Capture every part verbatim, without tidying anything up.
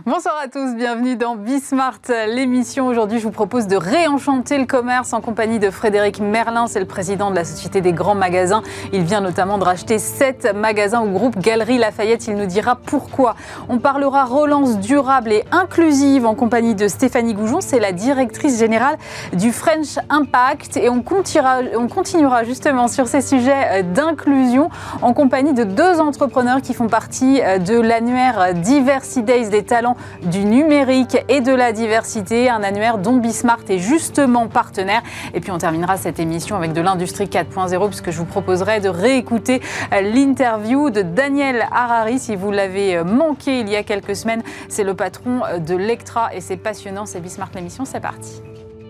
Bonsoir à tous, bienvenue dans Bismart, l'émission. Aujourd'hui, je vous propose de réenchanter le commerce en compagnie de Frédéric Merlin. C'est le président de la Société des grands magasins. Il vient notamment de racheter sept magasins au groupe Galeries Lafayette. Il nous dira pourquoi. On parlera relance durable et inclusive en compagnie de Stéphanie Goujon. C'est la directrice générale du French Impact. Et on continuera, on continuera justement sur ces sujets d'inclusion en compagnie de deux entrepreneurs qui font partie de l'annuaire Diversity Days des talents du numérique et de la diversité, un annuaire dont Bismart est justement partenaire. Et puis on terminera cette émission avec de l'industrie quatre point zéro, puisque je vous proposerai de réécouter l'interview de Daniel Harari. Si vous l'avez manqué il y a quelques semaines, c'est le patron de Lectra et c'est passionnant. C'est Bismart l'émission, c'est parti.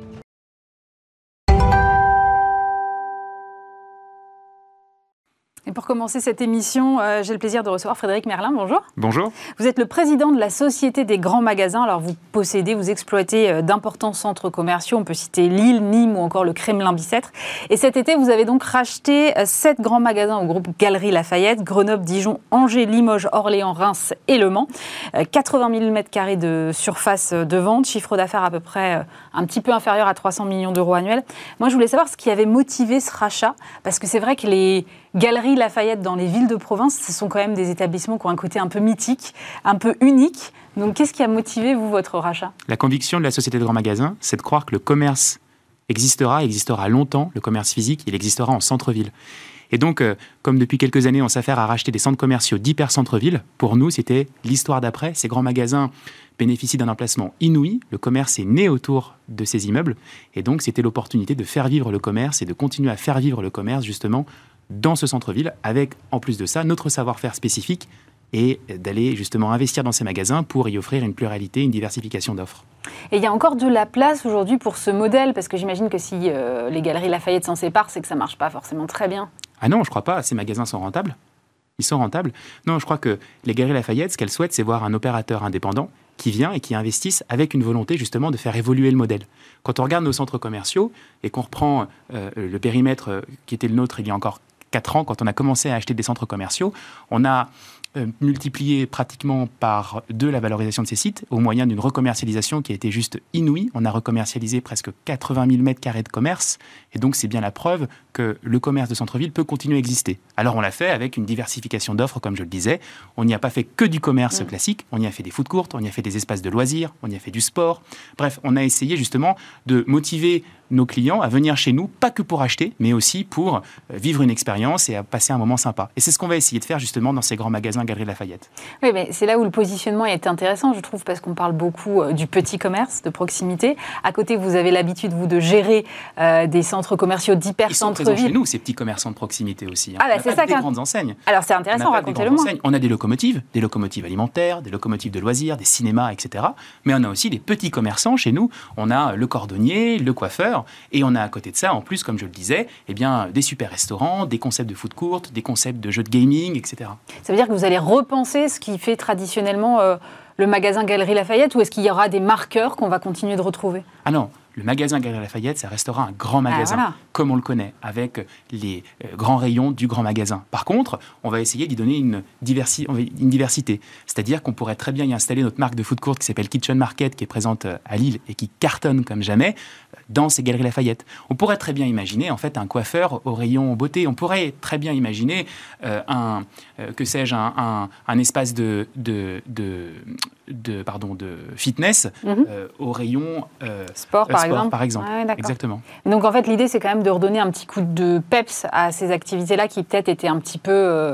Et pour commencer cette émission, euh, j'ai le plaisir de recevoir Frédéric Merlin. Bonjour. Bonjour. Vous êtes le président de la Société des grands magasins. Alors vous possédez, vous exploitez euh, d'importants centres commerciaux. On peut citer Lille, Nîmes ou encore le Kremlin-Bicêtre. Et cet été, vous avez donc racheté euh, sept grands magasins au groupe Galeries Lafayette, Grenoble, Dijon, Angers, Limoges, Orléans, Reims et Le Mans. Euh, quatre-vingt mille mètres carrés de surface de vente, chiffre d'affaires à peu près euh, un petit peu inférieur à trois cents millions d'euros annuels. Moi, je voulais savoir ce qui avait motivé ce rachat, parce que c'est vrai que les Galeries Lafayette dans les villes de province, ce sont quand même des établissements qui ont un côté un peu mythique, un peu unique. Donc, qu'est-ce qui a motivé, vous, votre rachat ? La conviction de la Société de grands magasins, c'est de croire que le commerce existera, existera longtemps, le commerce physique, il existera en centre-ville. Et donc, euh, comme depuis quelques années, on s'affaire à racheter des centres commerciaux d'hyper-centre-ville, pour nous, c'était l'histoire d'après. Ces grands magasins bénéficient d'un emplacement inouï. Le commerce est né autour de ces immeubles. Et donc, c'était l'opportunité de faire vivre le commerce et de continuer à faire vivre le commerce, justement, dans ce centre-ville, avec, en plus de ça, notre savoir-faire spécifique et d'aller justement investir dans ces magasins pour y offrir une pluralité, une diversification d'offres. Et il y a encore de la place aujourd'hui pour ce modèle, parce que j'imagine que si euh, les Galeries Lafayette s'en séparent, c'est que ça ne marche pas forcément très bien. Ah non, je ne crois pas. Ces magasins sont rentables. Ils sont rentables. Non, je crois que les Galeries Lafayette, ce qu'elles souhaitent, c'est voir un opérateur indépendant qui vient et qui investisse avec une volonté justement de faire évoluer le modèle. Quand on regarde nos centres commerciaux et qu'on reprend euh, le périmètre qui était le nôtre il y a encore quatre ans, quand on a commencé à acheter des centres commerciaux, on a euh, multiplié pratiquement par deux la valorisation de ces sites au moyen d'une recommercialisation qui a été juste inouïe. On a recommercialisé presque quatre-vingt mille mètres carrés de commerce et donc c'est bien la preuve que le commerce de centre-ville peut continuer à exister. Alors on l'a fait avec une diversification d'offres, comme je le disais. On n'y a pas fait que du commerce mmh. classique, on y a fait des food courts, on y a fait des espaces de loisirs, on y a fait du sport. Bref, on a essayé justement de motiver nos clients à venir chez nous, pas que pour acheter, mais aussi pour vivre une expérience et à passer un moment sympa. Et c'est ce qu'on va essayer de faire justement dans ces grands magasins Galeries Lafayette. Oui, mais c'est là où le positionnement est intéressant, je trouve, parce qu'on parle beaucoup du petit commerce, de proximité. À côté, vous avez l'habitude, vous, de gérer euh, des centres commerciaux d'hyper-centre-ville. Ils sont présents chez nous, ces petits commerçants de proximité aussi. Hein. Ah, bah, on c'est a ça pas des qu'un... grandes enseignes. Alors, c'est intéressant, racontez-le-moi. On a des locomotives, des locomotives alimentaires, des locomotives de loisirs, des cinémas, et cetera. Mais on a aussi des petits commerçants chez nous. On a le cordonnier, le coiffeur, et on a à côté de ça, en plus, comme je le disais, eh bien, des super restaurants, des concepts de food court, des concepts de jeux de gaming, et cetera. Ça veut dire que vous allez repenser ce qui fait traditionnellement euh, le magasin Galeries Lafayette, ou est-ce qu'il y aura des marqueurs qu'on va continuer de retrouver ? Ah non, le magasin Galeries Lafayette, ça restera un grand magasin, ah, voilà. comme on le connaît, avec les euh, grands rayons du grand magasin. Par contre, on va essayer d'y donner une, diversi- une diversité. C'est-à-dire qu'on pourrait très bien y installer notre marque de food court qui s'appelle Kitchen Market, qui est présente à Lille et qui cartonne comme jamais dans ces Galeries Lafayette. On pourrait très bien imaginer, en fait, un coiffeur au rayon beauté. On pourrait très bien imaginer euh, un, euh, que sais-je, un, un, un espace de, de, de, de, pardon, de fitness mm-hmm. euh, au rayon euh, sport, par sport, exemple. Par exemple. Ouais, Exactement. Donc, en fait, l'idée, c'est quand même de redonner un petit coup de peps à ces activités-là qui, peut-être, étaient un petit peu, euh,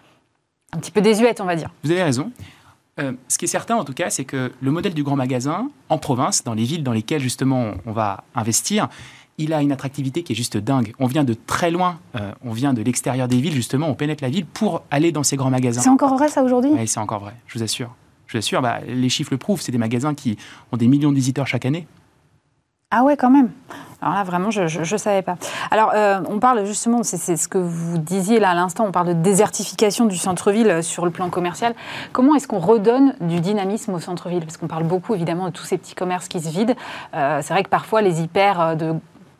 un petit peu désuètes, on va dire. Vous avez raison. Euh, ce qui est certain, en tout cas, c'est que le modèle du grand magasin, en province, dans les villes dans lesquelles, justement, on va investir, il a une attractivité qui est juste dingue. On vient de très loin, euh, on vient de l'extérieur des villes, justement, on pénètre la ville pour aller dans ces grands magasins. C'est encore vrai, ça, aujourd'hui ? Oui, c'est encore vrai, je vous assure. Je vous assure, bah, les chiffres le prouvent, c'est des magasins qui ont des millions de visiteurs chaque année. Ah ouais, quand même. Alors là, vraiment, je ne savais pas. Alors, euh, on parle justement, c'est, c'est ce que vous disiez là à l'instant, on parle de désertification du centre-ville sur le plan commercial. Comment est-ce qu'on redonne du dynamisme au centre-ville ? Parce qu'on parle beaucoup, évidemment, de tous ces petits commerces qui se vident. Euh, c'est vrai que parfois, les hyper de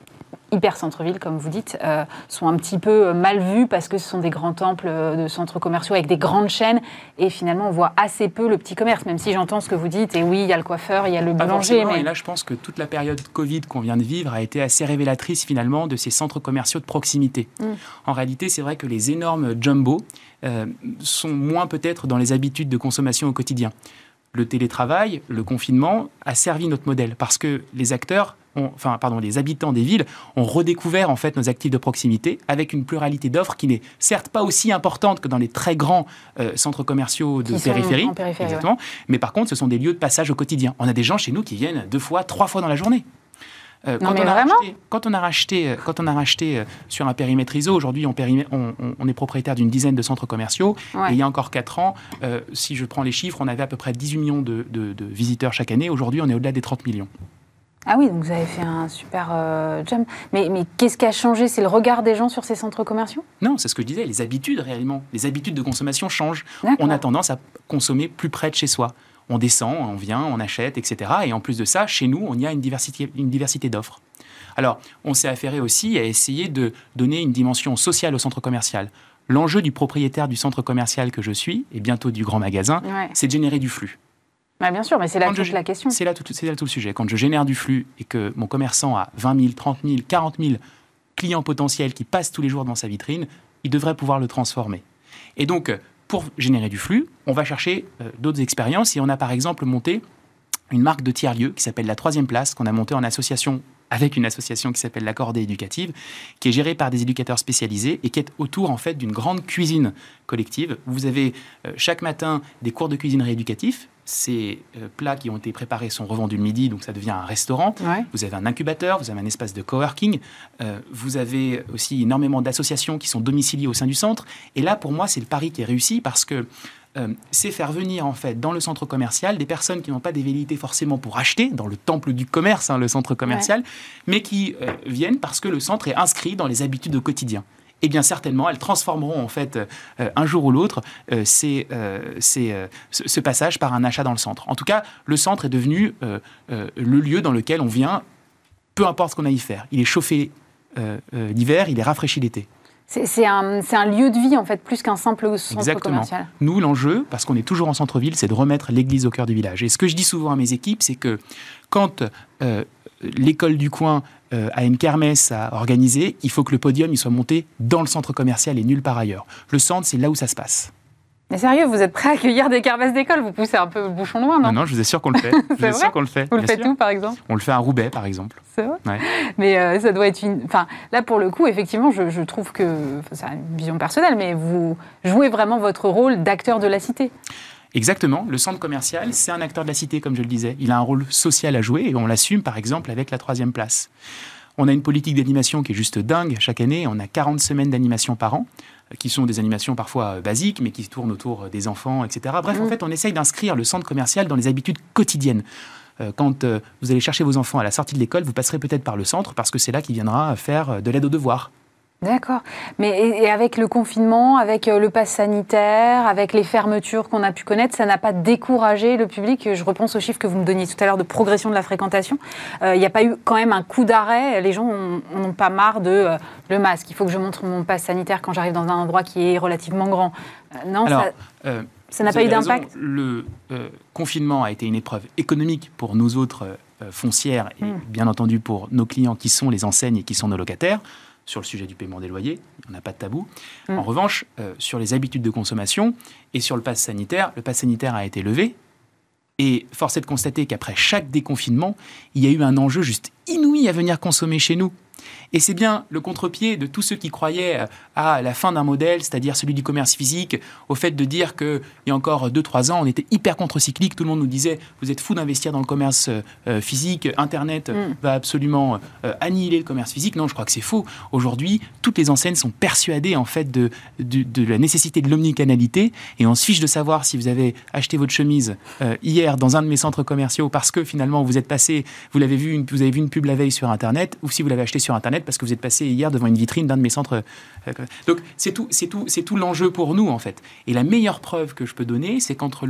hyper centre-ville, comme vous dites, euh, sont un petit peu mal vus parce que ce sont des grands temples de centres commerciaux avec des grandes chaînes et finalement on voit assez peu le petit commerce, même si j'entends ce que vous dites et oui, il y a le coiffeur, il y a le boulanger. Mais... Et là, je pense que toute la période Covid qu'on vient de vivre a été assez révélatrice finalement de ces centres commerciaux de proximité. Mm. En réalité, c'est vrai que les énormes jumbo euh, sont moins peut-être dans les habitudes de consommation au quotidien. Le télétravail, le confinement a servi notre modèle parce que les acteurs, ont, enfin pardon, les habitants des villes ont redécouvert en fait nos actifs de proximité avec une pluralité d'offres qui n'est certes pas aussi importante que dans les très grands euh, centres commerciaux de qui périphérie, périphérie exactement. Ouais. Mais par contre, ce sont des lieux de passage au quotidien. On a des gens chez nous qui viennent deux fois, trois fois dans la journée. Euh, non, quand, mais on a vraiment racheté, quand on a racheté, quand on a racheté euh, sur un périmètre I S O, aujourd'hui on, périmètre, on, on, on est propriétaire d'une dizaine de centres commerciaux. Ouais. Et il y a encore quatre ans, euh, si je prends les chiffres, on avait à peu près dix-huit millions de, de, de visiteurs chaque année. Aujourd'hui, on est au-delà des trente millions. Ah oui, donc vous avez fait un super euh, jump. Mais, mais qu'est-ce qui a changé? C'est le regard des gens sur ces centres commerciaux? Non, c'est ce que je disais, les habitudes réellement. Les habitudes de consommation changent. On a tendance à consommer plus près de chez soi. On descend, on vient, on achète, et cetera. Et en plus de ça, chez nous, on y a une diversité, une diversité d'offres. Alors, on s'est affairé aussi à essayer de donner une dimension sociale au centre commercial. L'enjeu du propriétaire du centre commercial que je suis, et bientôt du grand magasin, ouais. c'est de générer du flux. Ah bien sûr, mais c'est là toute la question. C'est là, tout, c'est là tout le sujet. Quand je génère du flux et que mon commerçant a vingt mille, trente mille, quarante mille clients potentiels qui passent tous les jours devant sa vitrine, il devrait pouvoir le transformer. Et donc, pour générer du flux, on va chercher euh, d'autres expériences. Et on a par exemple monté une marque de tiers-lieu qui s'appelle La Troisième Place, qu'on a montée en association avec une association qui s'appelle La Cordée Éducative, qui est gérée par des éducateurs spécialisés et qui est autour en fait d'une grande cuisine collective. Vous avez euh, chaque matin des cours de cuisine rééducatifs. Ces euh, plats qui ont été préparés sont revendus le midi, donc ça devient un restaurant. Ouais. Vous avez un incubateur, vous avez un espace de coworking. Euh, vous avez aussi énormément d'associations qui sont domiciliées au sein du centre. Et là, pour moi, c'est le pari qui est réussi parce que Euh, c'est faire venir en fait dans le centre commercial des personnes qui n'ont pas des velléités forcément pour acheter dans le temple du commerce, hein, le centre commercial, ouais. mais qui euh, viennent parce que le centre est inscrit dans les habitudes au quotidien. Et bien certainement, elles transformeront en fait euh, un jour ou l'autre euh, ces, euh, ces, euh, ce, ce passage par un achat dans le centre. En tout cas, le centre est devenu euh, euh, le lieu dans lequel on vient, peu importe ce qu'on a à y faire. Il est chauffé euh, euh, l'hiver, il est rafraîchi l'été. C'est, c'est, un, c'est un lieu de vie, en fait, plus qu'un simple centre Exactement. commercial. Nous, l'enjeu, parce qu'on est toujours en centre-ville, c'est de remettre l'église au cœur du village. Et ce que je dis souvent à mes équipes, c'est que quand euh, l'école du coin euh, a une kermesse à organiser, il faut que le podium il soit monté dans le centre commercial et nulle part ailleurs. Le centre, c'est là où ça se passe. Mais sérieux, vous êtes prêt à accueillir des kermesses d'école? Vous poussez un peu le bouchon loin, non? Non, non, je vous assure qu'on le fait. Je vous assure qu'on le fait. Vous le faites sûr. où, par exemple? On le fait à Roubaix, par exemple. C'est vrai. Ouais. Mais euh, ça doit être une... Enfin, là, pour le coup, effectivement, je, je trouve que... Enfin, c'est une vision personnelle, mais vous jouez vraiment votre rôle d'acteur de la cité. Exactement. Le centre commercial, c'est un acteur de la cité, comme je le disais. Il a un rôle social à jouer et on l'assume, par exemple, avec la troisième place. On a une politique d'animation qui est juste dingue. Chaque année, on a quarante semaines d'animation par an, qui sont des animations parfois basiques, mais qui tournent autour des enfants, et cetera. Bref, mmh. en fait, on essaye d'inscrire le centre commercial dans les habitudes quotidiennes. Euh, quand euh, vous allez chercher vos enfants à la sortie de l'école, vous passerez peut-être par le centre, parce que c'est là qu'il viendra faire de l'aide aux devoirs. D'accord. Mais et avec le confinement, avec le pass sanitaire, avec les fermetures qu'on a pu connaître, ça n'a pas découragé le public? Je repense aux chiffres que vous me donniez tout à l'heure de progression de la fréquentation. Il euh, n'y a pas eu quand même un coup d'arrêt? Les gens n'ont pas marre de euh, le masque. Il faut que je montre mon pass sanitaire quand j'arrive dans un endroit qui est relativement grand. Euh, non, Alors, ça... Euh... Ça n'a pas eu d'impact? Raison, le euh, confinement a été une épreuve économique pour nous autres euh, foncières et mmh. bien entendu pour nos clients qui sont les enseignes et qui sont nos locataires. Sur le sujet du paiement des loyers, on n'a pas de tabou. Mmh. En revanche, euh, sur les habitudes de consommation et sur le pass sanitaire, le pass sanitaire a été levé. Et force est de constater qu'après chaque déconfinement, il y a eu un enjeu juste inouï à venir consommer chez nous. Et c'est bien le contre-pied de tous ceux qui croyaient à la fin d'un modèle, c'est-à-dire celui du commerce physique, au fait de dire qu'il y a encore deux trois ans, on était hyper contre-cyclique. Tout le monde nous disait « vous êtes fous d'investir dans le commerce euh, physique, Internet mm. va absolument euh, annihiler le commerce physique ». Non, je crois que c'est faux. Aujourd'hui, toutes les enseignes sont persuadées en fait, de, de, de la nécessité de l'omnicanalité. Et on se fiche de savoir si vous avez acheté votre chemise euh, hier dans un de mes centres commerciaux parce que finalement vous êtes passé, vous, l'avez vu une, vous avez vu une pub la veille sur Internet, ou si vous l'avez acheté sur Internet parce que vous êtes passé hier devant une vitrine d'un de mes centres. Donc, c'est tout, c'est tout, c'est tout l'enjeu pour nous, en fait. Et la meilleure preuve que je peux donner, c'est qu'entre le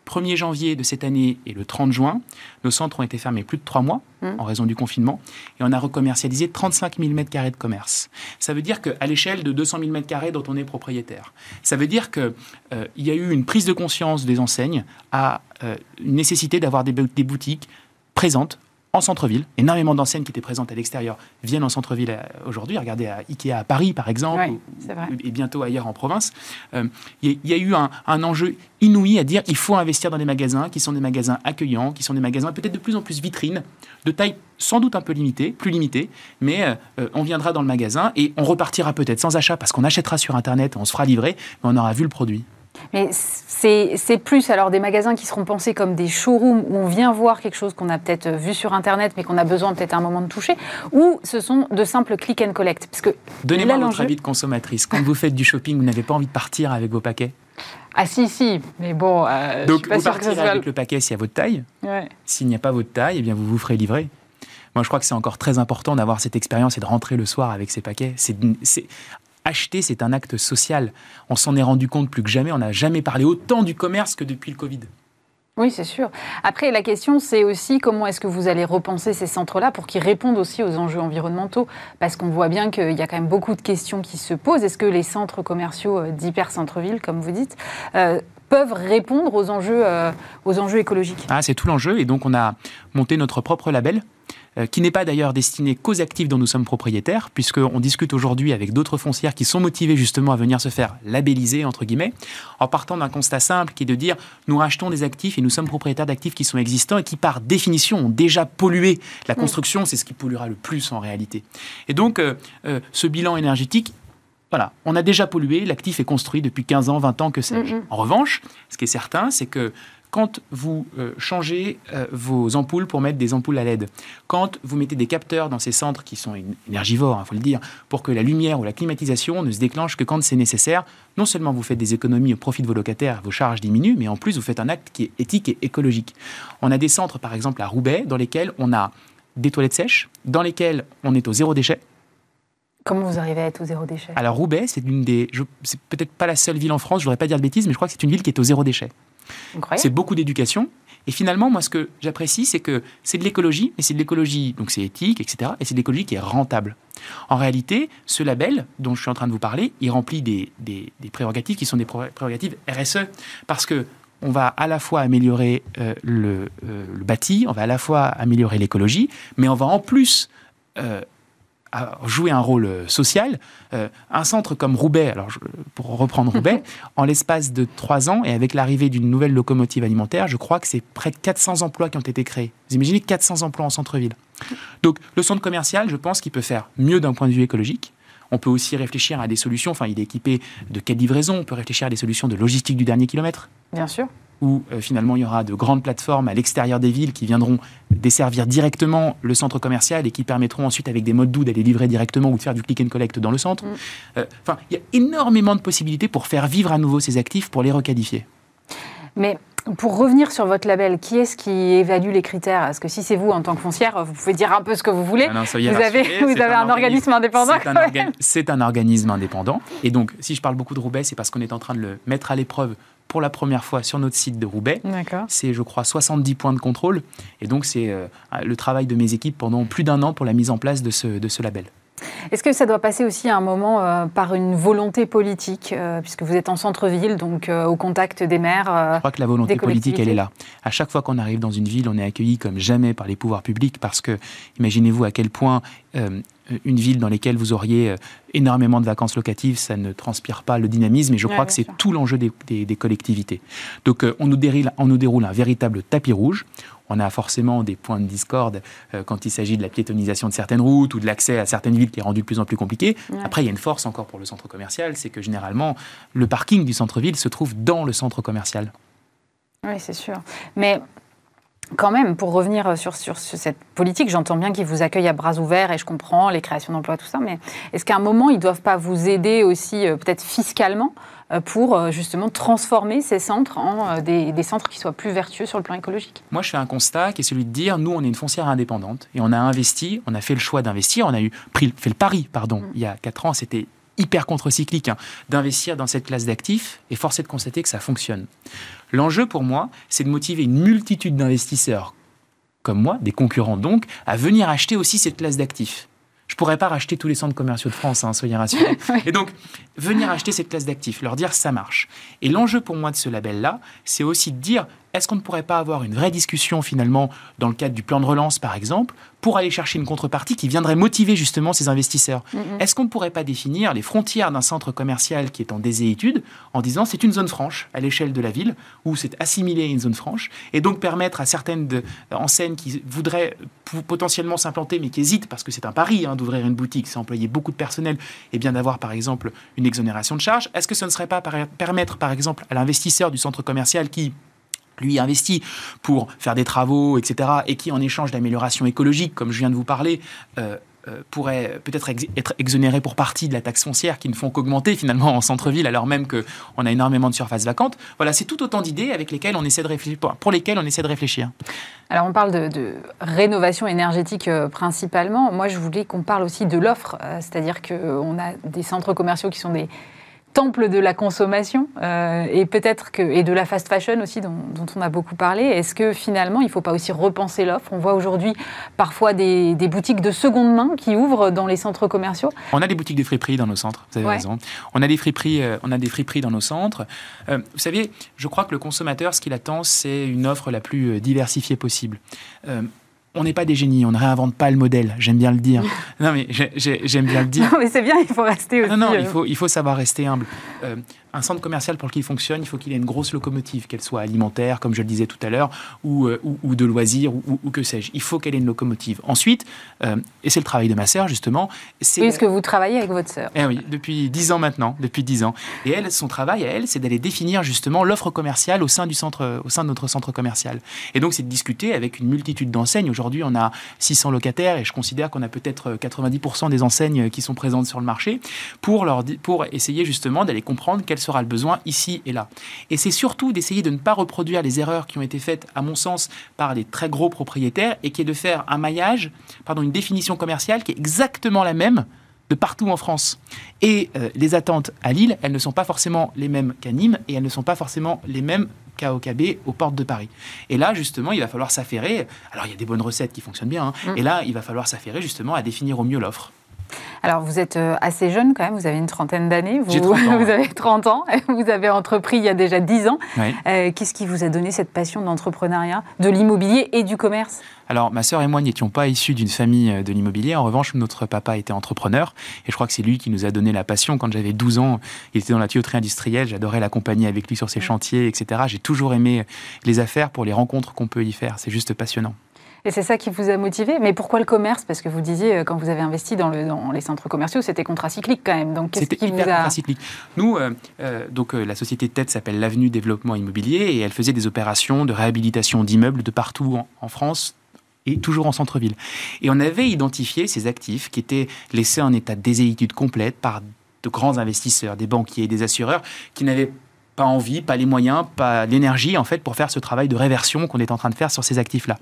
premier janvier de cette année et le trente juin, nos centres ont été fermés plus de trois mois mmh. en raison du confinement et on a recommercialisé trente-cinq mille mètres carrés de commerce. Ça veut dire qu'à l'échelle de deux cent mille mètres carrés dont on est propriétaire, ça veut dire qu'il euh, y a eu une prise de conscience des enseignes à euh, une nécessité d'avoir des, des boutiques présentes en centre-ville. Énormément d'enseignes qui étaient présentes à l'extérieur viennent en centre-ville aujourd'hui. Regardez à Ikea à Paris, par exemple, oui, ou, et bientôt ailleurs en province. Il euh, y, y a eu un, un enjeu inouï à dire il faut investir dans des magasins qui sont des magasins accueillants, qui sont des magasins peut-être de plus en plus vitrines, de taille sans doute un peu limitée, plus limitée, mais euh, on viendra dans le magasin et on repartira peut-être sans achat parce qu'on achètera sur Internet, on se fera livrer, mais on aura vu le produit. Mais c'est, c'est plus alors des magasins qui seront pensés comme des showrooms où on vient voir quelque chose qu'on a peut-être vu sur Internet mais qu'on a besoin peut-être à un moment de toucher, ou ce sont de simples click and collect parce que Donnez-moi votre avis de consommatrice. Quand vous faites du shopping, vous n'avez pas envie de partir avec vos paquets? Ah si, si, mais bon... Euh, Donc je suis pas vous sûre partirez que ce soit... avec le paquet s'il y a votre taille. Ouais. S'il n'y a pas votre taille, eh bien vous vous ferez livrer. Moi, je crois que c'est encore très important d'avoir cette expérience et de rentrer le soir avec ces paquets. C'est... c'est... Acheter, c'est un acte social. On s'en est rendu compte plus que jamais. On n'a jamais parlé autant du commerce que depuis le Covid. Oui, c'est sûr. Après, la question, c'est aussi comment est-ce que vous allez repenser ces centres-là pour qu'ils répondent aussi aux enjeux environnementaux? Parce qu'on voit bien qu'il y a quand même beaucoup de questions qui se posent. Est-ce que les centres commerciaux d'hyper-centre-ville, comme vous dites, euh, peuvent répondre aux enjeux, euh, aux enjeux écologiques? Ah, c'est tout l'enjeu. Et donc, on a monté notre propre label, euh, qui n'est pas d'ailleurs destiné qu'aux actifs dont nous sommes propriétaires, puisqu'on discute aujourd'hui avec d'autres foncières qui sont motivées justement à venir se faire labelliser, entre guillemets, en partant d'un constat simple qui est de dire nous rachetons des actifs et nous sommes propriétaires d'actifs qui sont existants et qui, par définition, ont déjà pollué. La construction, c'est ce qui polluera le plus en réalité. Et donc, euh, euh, ce bilan énergétique, voilà, on a déjà pollué, l'actif est construit depuis quinze ans, vingt ans, que sais-je. Mmh. En revanche, ce qui est certain, c'est que quand vous euh, changez euh, vos ampoules pour mettre des ampoules à L E D, quand vous mettez des capteurs dans ces centres qui sont énergivores, il hein, faut le dire, pour que la lumière ou la climatisation ne se déclenche que quand c'est nécessaire, non seulement vous faites des économies au profit de vos locataires, vos charges diminuent, mais en plus vous faites un acte qui est éthique et écologique. On a des centres, par exemple à Roubaix, dans lesquels on a des toilettes sèches, dans lesquelles on est au zéro déchet. Comment vous arrivez à être au zéro déchet? Alors Roubaix, c'est une des, je, c'est peut-être pas la seule ville en France, je voudrais pas dire de bêtises, mais je crois que c'est une ville qui est au zéro déchet. Incroyable. C'est beaucoup d'éducation. Et finalement, moi, ce que j'apprécie, c'est que c'est de l'écologie, mais c'est de l'écologie, donc c'est éthique, et cetera. Et c'est de l'écologie qui est rentable. En réalité, ce label dont je suis en train de vous parler, il remplit des, des, des prérogatives qui sont des prérogatives R S E. Parce que on va à la fois améliorer euh, le, euh, le bâti, on va à la fois améliorer l'écologie, mais on va en plus euh, jouer un rôle social. Euh, un centre comme Roubaix, alors je, pour reprendre Roubaix, en l'espace de trois ans et avec l'arrivée d'une nouvelle locomotive alimentaire, je crois que c'est près de quatre cents emplois qui ont été créés. Vous imaginez quatre cents emplois en centre-ville. Donc le centre commercial, je pense qu'il peut faire mieux d'un point de vue écologique. On peut aussi réfléchir à des solutions, enfin il est équipé de quai de livraison, on peut réfléchir à des solutions de logistique du dernier kilomètre. Bien sûr. Où euh, finalement il y aura de grandes plateformes à l'extérieur des villes qui viendront desservir directement le centre commercial et qui permettront ensuite avec des modes doux d'aller livrer directement ou de faire du click and collect dans le centre. Mmh. Euh, enfin, il y a énormément de possibilités pour faire vivre à nouveau ces actifs, pour les requalifier. Mais pour revenir sur votre label, qui est-ce qui évalue les critères? Parce que si c'est vous en tant que foncière, vous pouvez dire un peu ce que vous voulez. Ah non, vous avez, vous avez un, un organisme indépendant. C'est un, orga- c'est un organisme indépendant. Et donc, si je parle beaucoup de Roubaix, c'est parce qu'on est en train de le mettre à l'épreuve pour la première fois sur notre site de Roubaix. D'accord. C'est, je crois, soixante-dix points de contrôle. Et donc, c'est euh, le travail de mes équipes pendant plus d'un an pour la mise en place de ce, de ce label. Est-ce que ça doit passer aussi à un moment euh, par une volonté politique, euh, puisque vous êtes en centre-ville, donc euh, au contact des maires, euh, Je crois que la volonté politique, elle est là. À chaque fois qu'on arrive dans une ville, on est accueilli comme jamais par les pouvoirs publics, parce que, imaginez-vous à quel point euh, une ville dans laquelle vous auriez euh, énormément de vacances locatives, ça ne transpire pas le dynamisme, et je crois ouais, que c'est sûr. Tout l'enjeu des, des, des collectivités. Donc euh, on, nous déroule, on nous déroule un véritable tapis rouge. On a forcément des points de discorde euh, quand il s'agit de la piétonisation de certaines routes ou de l'accès à certaines villes qui est rendu de plus en plus compliqué. Ouais. Après, il y a une force encore pour le centre commercial, c'est que généralement, le parking du centre-ville se trouve dans le centre commercial. Oui, c'est sûr. Mais quand même, pour revenir sur, sur, sur cette politique, j'entends bien qu'ils vous accueillent à bras ouverts et je comprends les créations d'emplois, tout ça, mais est-ce qu'à un moment, ils ne doivent pas vous aider aussi, euh, peut-être fiscalement, euh, pour euh, justement transformer ces centres en euh, des, des centres qui soient plus vertueux sur le plan écologique? Moi, je fais un constat qui est celui de dire, nous, on est une foncière indépendante et on a investi, on a fait le choix d'investir, on a eu pris, fait le pari, pardon, mmh. il y a quatre ans, c'était hyper contre-cyclique, hein, d'investir dans cette classe d'actifs, et force est de constater que ça fonctionne. L'enjeu pour moi, c'est de motiver une multitude d'investisseurs comme moi, des concurrents donc, à venir acheter aussi cette classe d'actifs. Je ne pourrais pas racheter tous les centres commerciaux de France, hein, soyez rassurés. Oui. Et donc, venir acheter cette classe d'actifs, leur dire ça marche. Et l'enjeu pour moi de ce label-là, c'est aussi de dire, est-ce qu'on ne pourrait pas avoir une vraie discussion finalement dans le cadre du plan de relance par exemple, pour aller chercher une contrepartie qui viendrait motiver justement ces investisseurs. Mm-hmm. Est-ce qu'on ne pourrait pas définir les frontières d'un centre commercial qui est en déséitude en disant c'est une zone franche à l'échelle de la ville ou c'est assimilé à une zone franche et donc permettre à certaines de, euh, enseignes qui voudraient p- potentiellement s'implanter mais qui hésitent parce que c'est un pari hein, d'ouvrir une boutique, c'est employer beaucoup de personnel et bien d'avoir par exemple une exonération de charges. Est-ce que ce ne serait pas par- permettre par exemple à l'investisseur du centre commercial qui lui investit pour faire des travaux, et cetera, et qui, en échange d'améliorations écologiques, comme je viens de vous parler, euh, euh, pourrait peut-être ex- être exonéré pour partie de la taxe foncière qui ne font qu'augmenter finalement en centre-ville, alors même qu'on a énormément de surfaces vacantes. Voilà, c'est tout autant d'idées avec lesquelles on essaie de réfléchir, pour lesquelles on essaie de réfléchir. Alors, on parle de, de rénovation énergétique euh, principalement. Moi, je voulais qu'on parle aussi de l'offre, euh, c'est-à-dire qu'on a des centres commerciaux qui sont des temple de la consommation euh, et peut-être que et de la fast fashion aussi dont, dont on a beaucoup parlé. Est-ce que finalement il ne faut pas aussi repenser l'offre? On voit aujourd'hui parfois des, des boutiques de seconde main qui ouvrent dans les centres commerciaux. On a des boutiques de friperies dans nos centres, vous avez ouais. raison. On a des friperies, euh, on a des friperies dans nos centres. Euh, vous savez, je crois que le consommateur, ce qu'il attend, c'est une offre la plus diversifiée possible. Euh, On n'est pas des génies, on ne réinvente pas le modèle, j'aime bien le dire. Non, mais j'ai, j'ai, j'aime bien le dire. Non, mais c'est bien, il faut rester aussi... Non, non, euh... il faut, il faut savoir rester humble. Euh, un centre commercial, pour qu'il fonctionne, il faut qu'il ait une grosse locomotive, qu'elle soit alimentaire, comme je le disais tout à l'heure, ou, euh, ou, ou de loisirs, ou, ou, ou que sais-je. Il faut qu'elle ait une locomotive. Ensuite, euh, et c'est le travail de ma sœur, justement... C'est oui, est-ce que vous travaillez avec votre sœur? Eh oui, depuis dix ans maintenant, depuis dix ans. Et elle, son travail à elle, c'est d'aller définir justement l'offre commerciale au sein, du centre, au sein de notre centre commercial. Et donc, c'est de discuter avec une multitude d'enseignes. Aujourd'hui, on a six cents locataires et je considère qu'on a peut-être quatre-vingt-dix pour cent des enseignes qui sont présentes sur le marché pour, leur, pour essayer justement d'aller comprendre quel sera le besoin ici et là. Et c'est surtout d'essayer de ne pas reproduire les erreurs qui ont été faites, à mon sens, par les très gros propriétaires et qui est de faire un maillage, pardon, une définition commerciale qui est exactement la même de partout en France. Et euh, les attentes à Lille, elles ne sont pas forcément les mêmes qu'à Nîmes et elles ne sont pas forcément les mêmes qu'à O K B, aux portes de Paris. Et là, justement, il va falloir s'affairer. Alors, il y a des bonnes recettes qui fonctionnent bien. Hein, mmh. Et là, il va falloir s'affairer, justement, à définir au mieux l'offre. Alors, vous êtes assez jeune quand même, vous avez une trentaine d'années. Vous, J'ai trente ans. Vous avez trente ans, vous avez entrepris il y a déjà dix ans. Oui. Euh, qu'est-ce qui vous a donné cette passion d'entrepreneuriat, de l'immobilier et du commerce ? Alors, ma sœur et moi n'étions pas issus d'une famille de l'immobilier. En revanche, notre papa était entrepreneur. Et je crois que c'est lui qui nous a donné la passion. Quand j'avais douze ans, il était dans la tuyauterie industrielle. J'adorais l'accompagner avec lui sur ses chantiers, et cetera. J'ai toujours aimé les affaires pour les rencontres qu'on peut y faire. C'est juste passionnant. Et c'est ça qui vous a motivé. Mais pourquoi le commerce? Parce que vous disiez, quand vous avez investi dans, le, dans les centres commerciaux, c'était contracyclique quand même. Donc, qu'est-ce c'était qui hyper vous a... contracyclique. Nous, euh, euh, donc, euh, la société de tête s'appelle l'Avenue Développement Immobilier et elle faisait des opérations de réhabilitation d'immeubles de partout en, en France et toujours en centre-ville. Et on avait identifié ces actifs qui étaient laissés en état de déséitude complète par de grands investisseurs, des banquiers, des assureurs qui n'avaient pas envie, pas les moyens, pas l'énergie en fait pour faire ce travail de réversion qu'on est en train de faire sur ces actifs-là.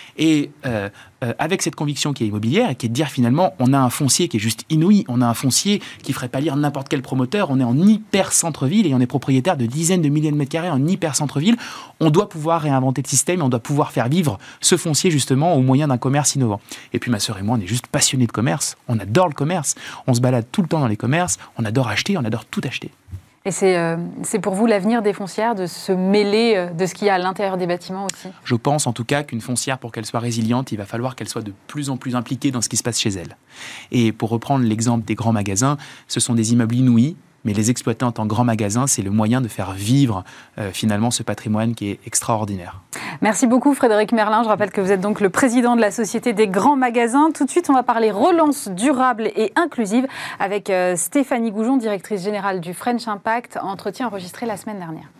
Et euh, euh, avec cette conviction qui est immobilière et qui est de dire finalement on a un foncier qui est juste inouï, on a un foncier qui ferait pâlir n'importe quel promoteur, on est en hyper centre-ville et on est propriétaire de dizaines de milliers de mètres carrés en hyper centre-ville, on doit pouvoir réinventer le système et on doit pouvoir faire vivre ce foncier justement au moyen d'un commerce innovant. Et puis ma sœur et moi on est juste passionnés de commerce, on adore le commerce, on se balade tout le temps dans les commerces, on adore acheter, on adore tout acheter. Et c'est, euh, c'est pour vous l'avenir des foncières, de se mêler euh, de ce qu'il y a à l'intérieur des bâtiments aussi? Je pense en tout cas qu'une foncière, pour qu'elle soit résiliente, il va falloir qu'elle soit de plus en plus impliquée dans ce qui se passe chez elle. Et pour reprendre l'exemple des grands magasins, ce sont des immeubles inouïs, mais les exploiter en tant que grands magasins, c'est le moyen de faire vivre euh, finalement ce patrimoine qui est extraordinaire. Merci beaucoup Frédéric Merlin. Je rappelle que vous êtes donc le président de la Société des grands magasins. Tout de suite, on va parler relance durable et inclusive avec euh, Stéphanie Goujon, directrice générale du French Impact, entretien enregistré la semaine dernière.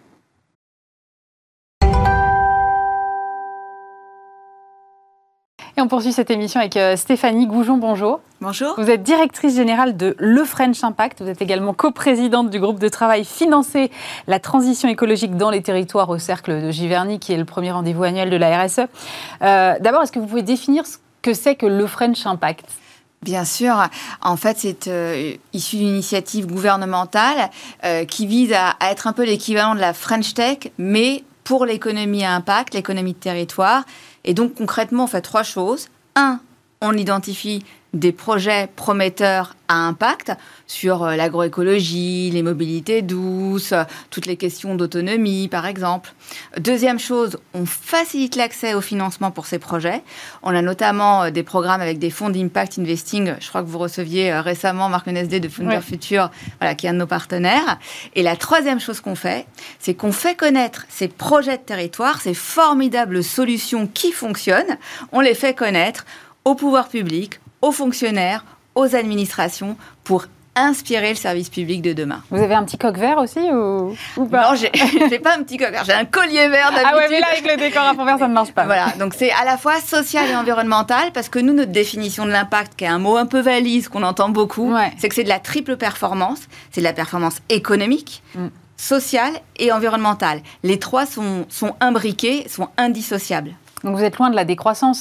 Et on poursuit cette émission avec Stéphanie Goujon. Bonjour. Bonjour. Vous êtes directrice générale de Le French Impact. Vous êtes également coprésidente du groupe de travail Financer la transition écologique dans les territoires au Cercle de Giverny, qui est le premier rendez-vous annuel de la R S E. Euh, d'abord, est-ce que vous pouvez définir ce que c'est que Le French Impact ? Bien sûr. En fait, c'est euh, issu d'une initiative gouvernementale euh, qui vise à, à être un peu l'équivalent de la French Tech, mais pour l'économie à impact, l'économie de territoire. Et donc, concrètement, on fait trois choses. Un, on identifie des projets prometteurs à impact sur euh, l'agroécologie, les mobilités douces, euh, toutes les questions d'autonomie, par exemple. Deuxième chose, on facilite l'accès au financement pour ces projets. On a notamment euh, des programmes avec des fonds d'impact investing. Je crois que vous receviez euh, récemment Marc Menesdé de Founder ouais. Future, voilà, qui est un de nos partenaires. Et la troisième chose qu'on fait, c'est qu'on fait connaître ces projets de territoire, ces formidables solutions qui fonctionnent. On les fait connaître au pouvoir public, aux fonctionnaires, aux administrations, pour inspirer le service public de demain. Vous avez un petit coq vert aussi ou, ou pas? Non, j'ai, j'ai pas un petit coq vert, j'ai un collier vert d'habitude. Ah ouais, mais là, avec le décor à fond vert, ça ne marche pas. Voilà, donc c'est à la fois social et environnemental, parce que nous, notre définition de l'impact, qui est un mot un peu valise, qu'on entend beaucoup, ouais. c'est que c'est de la triple performance. C'est de la performance économique, mm. sociale et environnementale. Les trois sont, sont imbriqués, sont indissociables. Donc vous êtes loin de la décroissance.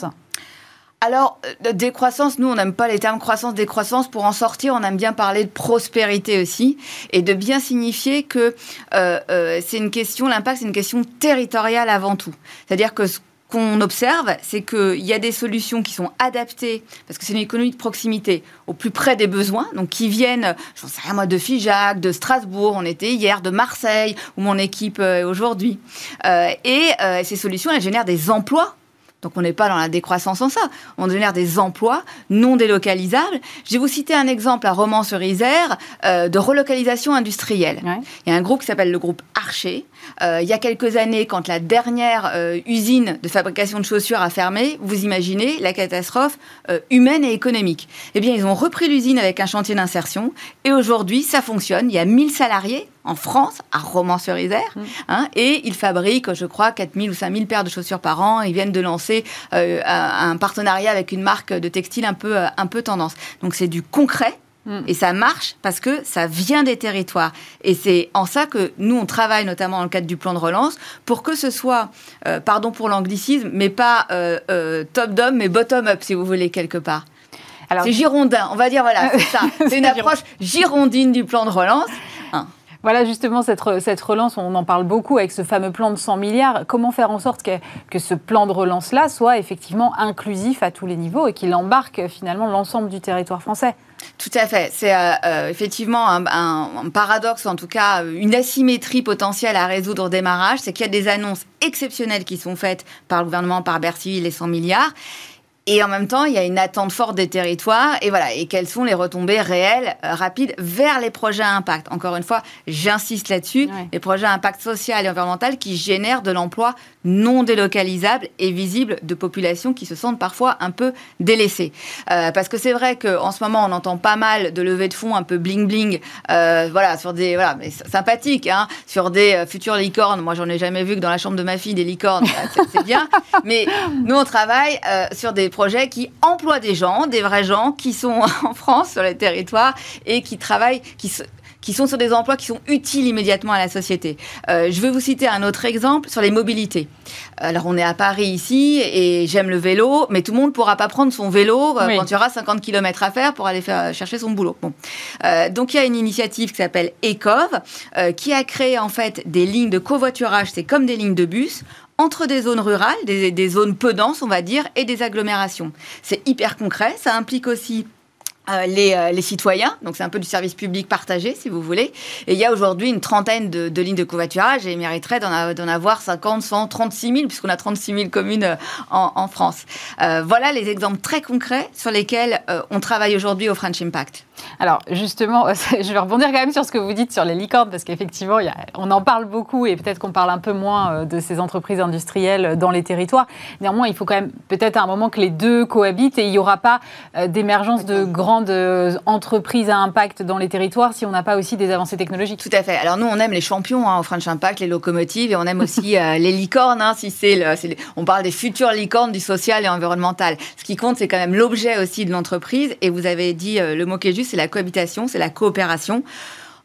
Alors, euh, décroissance, nous, on n'aime pas les termes croissance, décroissance. Pour en sortir, on aime bien parler de prospérité aussi et de bien signifier que euh, euh, c'est une question, l'impact, c'est une question territoriale avant tout. C'est-à-dire que ce qu'on observe, c'est qu'il y a des solutions qui sont adaptées, parce que c'est une économie de proximité, au plus près des besoins, donc qui viennent, je ne sais rien moi, de Figeac, de Strasbourg, on était hier, de Marseille, où mon équipe est aujourd'hui. Euh, et euh, ces solutions, elles génèrent des emplois. Donc, on n'est pas dans la décroissance en ça. On génère des emplois non délocalisables. Je vais vous citer un exemple à Romans-sur-Isère euh, de relocalisation industrielle. Ouais. Il y a un groupe qui s'appelle le groupe Archer. Euh, il y a quelques années, quand la dernière euh, usine de fabrication de chaussures a fermé, vous imaginez la catastrophe euh, humaine et économique. Eh bien, ils ont repris l'usine avec un chantier d'insertion. Et aujourd'hui, ça fonctionne. Il y a mille salariés en France, à Romans-sur-Isère, mmh. hein, et ils fabriquent, je crois, quatre mille ou cinq mille paires de chaussures par an. Ils viennent de lancer euh, un partenariat avec une marque de textile un peu, euh, un peu tendance. Donc, c'est du concret. Mmh. Et ça marche parce que ça vient des territoires. Et c'est en ça que nous, on travaille notamment dans le cadre du plan de relance pour que ce soit, euh, pardon pour l'anglicisme, mais pas euh, euh, top-down, mais bottom-up, si vous voulez, quelque part. Alors, c'est girondin, on va dire, voilà, c'est ça. C'est une approche girondine du plan de relance. Hein. Voilà justement cette, re, cette relance, on en parle beaucoup avec ce fameux plan de cent milliards. Comment faire en sorte que, que ce plan de relance-là soit effectivement inclusif à tous les niveaux et qu'il embarque finalement l'ensemble du territoire français? Tout à fait. C'est euh, euh, effectivement un, un, un paradoxe, en tout cas une asymétrie potentielle à résoudre au démarrage. C'est qu'il y a des annonces exceptionnelles qui sont faites par le gouvernement, par Bercy, les cent milliards. Et en même temps, il y a une attente forte des territoires. Et voilà. Et quelles sont les retombées réelles, euh, rapides, vers les projets à impact? Encore une fois, j'insiste là-dessus. Ouais. Les projets à impact social et environnemental qui génèrent de l'emploi non délocalisable et visible de populations qui se sentent parfois un peu délaissées. Euh, parce que c'est vrai qu'en ce moment, on entend pas mal de levées de fonds un peu bling-bling, euh, voilà, sur des, voilà, mais sympathiques, hein, sur des euh, futures licornes. Moi, j'en ai jamais vu que dans la chambre de ma fille, des licornes, c'est, c'est bien. Mais nous, on travaille euh, sur des projets qui emploient des gens, des vrais gens qui sont en France, sur les territoires, et qui travaillent, qui se... qui sont sur des emplois qui sont utiles immédiatement à la société. Euh, je vais vous citer un autre exemple sur les mobilités. Alors, on est à Paris ici, et j'aime le vélo, mais tout le monde ne pourra pas prendre son vélo euh, oui. quand il y aura cinquante kilomètres à faire pour aller faire, chercher son boulot. Bon. Euh, donc, il y a une initiative qui s'appelle Ecov, euh, qui a créé en fait des lignes de covoiturage, c'est comme des lignes de bus, entre des zones rurales, des, des zones peu denses, on va dire, et des agglomérations. C'est hyper concret, ça implique aussi Euh, les, euh, les citoyens, donc c'est un peu du service public partagé, si vous voulez. Et il y a aujourd'hui une trentaine de, de lignes de covoiturage et il mériterait d'en, a, d'en avoir cinquante, cent, trente-six mille, puisqu'on a trente-six mille communes en, en France. Euh, voilà les exemples très concrets sur lesquels euh, on travaille aujourd'hui au French Impact. Alors justement, je vais rebondir quand même sur ce que vous dites sur les licornes, parce qu'effectivement, il y a, on en parle beaucoup et peut-être qu'on parle un peu moins de ces entreprises industrielles dans les territoires. Néanmoins, il faut quand même peut-être à un moment que les deux cohabitent et il n'y aura pas euh, d'émergence de grandes entreprises à impact dans les territoires si on n'a pas aussi des avancées technologiques. Tout à fait. Alors nous, on aime les champions hein, au French Impact, les locomotives, et on aime aussi euh, les licornes. Hein, si c'est, le, c'est les, on parle des futures licornes du social et environnemental. Ce qui compte, c'est quand même l'objet aussi de l'entreprise. Et vous avez dit euh, le mot qui est juste, c'est la cohabitation, c'est la coopération.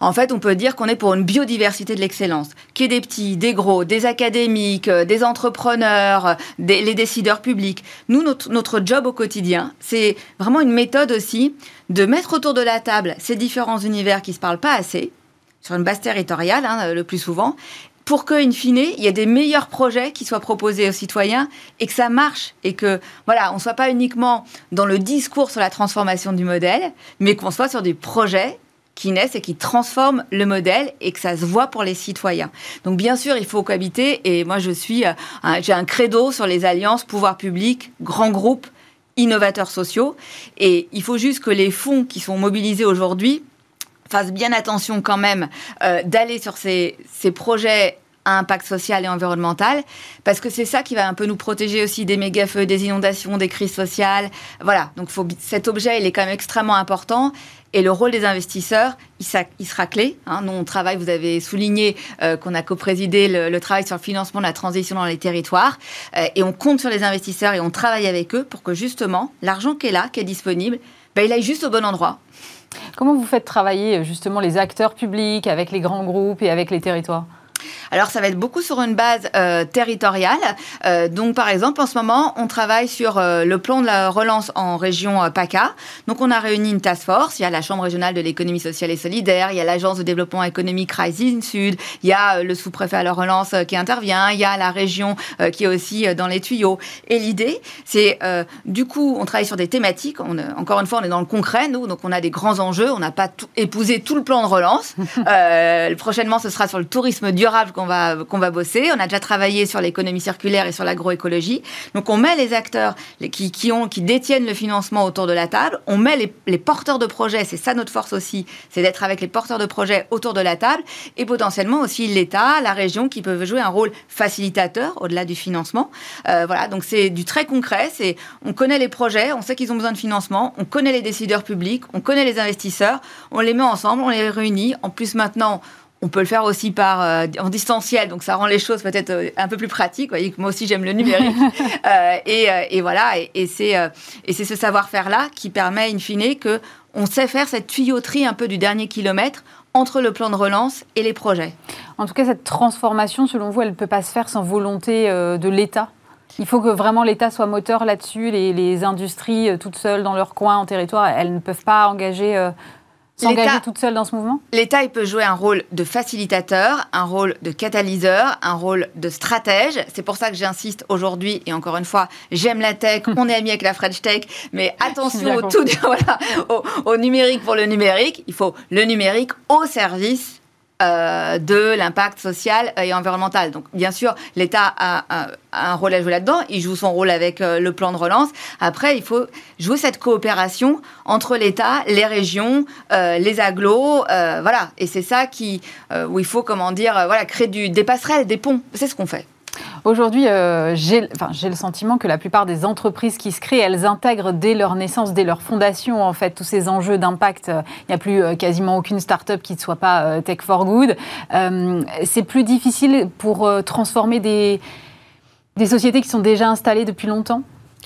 En fait, on peut dire qu'on est pour une biodiversité de l'excellence, qui est des petits, des gros, des académiques, des entrepreneurs, des, les décideurs publics. Nous, notre, notre job au quotidien, c'est vraiment une méthode aussi de mettre autour de la table ces différents univers qui ne se parlent pas assez, sur une base territoriale, hein, le plus souvent, pour qu'in fine, il y ait des meilleurs projets qui soient proposés aux citoyens et que ça marche. Et que, voilà, on ne soit pas uniquement dans le discours sur la transformation du modèle, mais qu'on soit sur des projets qui naissent et qui transforment le modèle et que ça se voit pour les citoyens. Donc, bien sûr, il faut cohabiter. Et moi, je suis, euh, un, j'ai un credo sur les alliances, pouvoir public, grands groupes, innovateurs sociaux. Et il faut juste que les fonds qui sont mobilisés aujourd'hui fassent bien attention quand même euh, d'aller sur ces, ces projets à impact social et environnemental, parce que c'est ça qui va un peu nous protéger aussi des méga-feux, des inondations, des crises sociales. Voilà, donc faut, cet objet, il est quand même extrêmement important. Et le rôle des investisseurs, il, il sera clé. Hein. Nous, on travaille, vous avez souligné euh, qu'on a coprésidé le, le travail sur le financement de la transition dans les territoires. Euh, et on compte sur les investisseurs et on travaille avec eux pour que justement, l'argent qui est là, qui est disponible, ben, il aille juste au bon endroit. Comment vous faites travailler justement les acteurs publics avec les grands groupes et avec les territoires ? Alors, ça va être beaucoup sur une base euh, territoriale. Euh, donc, par exemple, en ce moment, on travaille sur euh, le plan de la relance en région euh, PACA. Donc, on a réuni une task force. Il y a la Chambre régionale de l'économie sociale et solidaire. Il y a l'Agence de développement économique Rising Sud. Il y a euh, le sous-préfet à la relance euh, qui intervient. Il y a la région euh, qui est aussi euh, dans les tuyaux. Et l'idée, c'est, euh, du coup, on travaille sur des thématiques. On, euh, encore une fois, on est dans le concret, nous. Donc, on a des grands enjeux. On n'a pas tout, épousé tout le plan de relance. Euh, prochainement, ce sera sur le tourisme durable qu'on va, qu'on va bosser. On a déjà travaillé sur l'économie circulaire et sur l'agroécologie. Donc, on met les acteurs les, qui, qui, ont, qui détiennent le financement autour de la table. On met les, les porteurs de projets. C'est ça notre force aussi. C'est d'être avec les porteurs de projets autour de la table et potentiellement aussi l'État, la région qui peuvent jouer un rôle facilitateur au-delà du financement. Euh, voilà. Donc, c'est du très concret. C'est, on connaît les projets. On sait qu'ils ont besoin de financement. On connaît les décideurs publics. On connaît les investisseurs. On les met ensemble. On les réunit. En plus, maintenant, on peut le faire aussi par, euh, en distanciel, donc ça rend les choses peut-être euh, un peu plus pratiques. Vous voyez que moi aussi, j'aime le numérique. euh, et, euh, et voilà, et, et, c'est, euh, et c'est ce savoir-faire-là qui permet, in fine, qu'on sait faire cette tuyauterie un peu du dernier kilomètre entre le plan de relance et les projets. En tout cas, cette transformation, selon vous, elle ne peut pas se faire sans volonté euh, de l'État ? Il faut que vraiment l'État soit moteur là-dessus. Les, les industries, euh, toutes seules dans leur coin, en territoire, elles ne peuvent pas engager... Euh, S'engager L'État, toute seule dans ce mouvement ? L'État, il peut jouer un rôle de facilitateur, un rôle de catalyseur, un rôle de stratège. C'est pour ça que j'insiste aujourd'hui, et encore une fois, j'aime la tech, on est amis avec la French Tech, mais attention au, tout, voilà, au, au numérique pour le numérique. Il faut le numérique au service Euh, de l'impact social et environnemental. Donc, bien sûr, l'État a, a, a un rôle à jouer là-dedans. Il joue son rôle avec euh, le plan de relance. Après, il faut jouer cette coopération entre l'État, les régions, euh, les agglos, euh, voilà. Et c'est ça qui, euh, où il faut, comment dire, euh, voilà, créer du, des passerelles, des ponts. C'est ce qu'on fait. Aujourd'hui, euh, j'ai, enfin, j'ai le sentiment que la plupart des entreprises qui se créent, elles intègrent dès leur naissance, dès leur fondation, en fait, tous ces enjeux d'impact. Il n'y a plus euh, quasiment aucune start-up qui ne soit pas euh, tech for good. Euh, c'est plus difficile pour euh, transformer des, des sociétés qui sont déjà installées depuis longtemps ?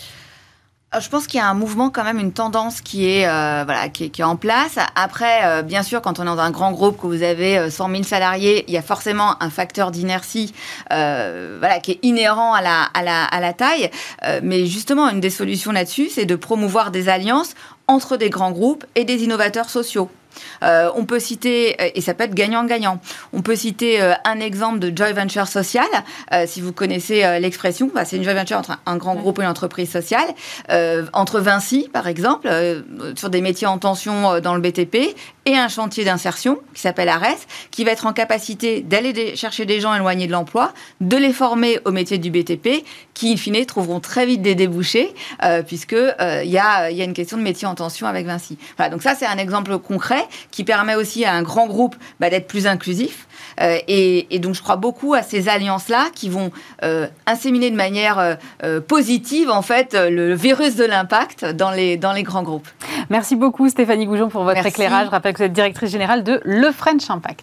Je pense qu'il y a un mouvement, quand même, une tendance qui est, euh, voilà, qui est, qui est en place. Après, euh, bien sûr, quand on est dans un grand groupe, que vous avez cent mille salariés, il y a forcément un facteur d'inertie euh, voilà, qui est inhérent à la, à la, à la taille. Euh, mais justement, une des solutions là-dessus, c'est de promouvoir des alliances entre des grands groupes et des innovateurs sociaux. Euh, on peut citer, et ça peut être gagnant-gagnant, on peut citer euh, un exemple de joint venture sociale, euh, si vous connaissez euh, l'expression, bah, c'est une joint venture entre un, un grand groupe et une entreprise sociale, euh, entre Vinci, par exemple, euh, sur des métiers en tension euh, dans le B T P, et un chantier d'insertion qui s'appelle Ares, qui va être en capacité d'aller des, chercher des gens éloignés de l'emploi, de les former au métier du B T P, qui, in fine, trouveront très vite des débouchés, euh, puisque euh, y a, y a une question de métier en tension avec Vinci. Voilà, donc ça, c'est un exemple concret qui permet aussi à un grand groupe bah, d'être plus inclusif. Euh, et, et donc, je crois beaucoup à ces alliances-là qui vont euh, inséminer de manière euh, euh, positive, en fait, le virus de l'impact dans les, dans les grands groupes. Merci beaucoup, Stéphanie Goujon, pour votre Merci. éclairage. Je rappelle que vous êtes directrice générale de Le French Impact.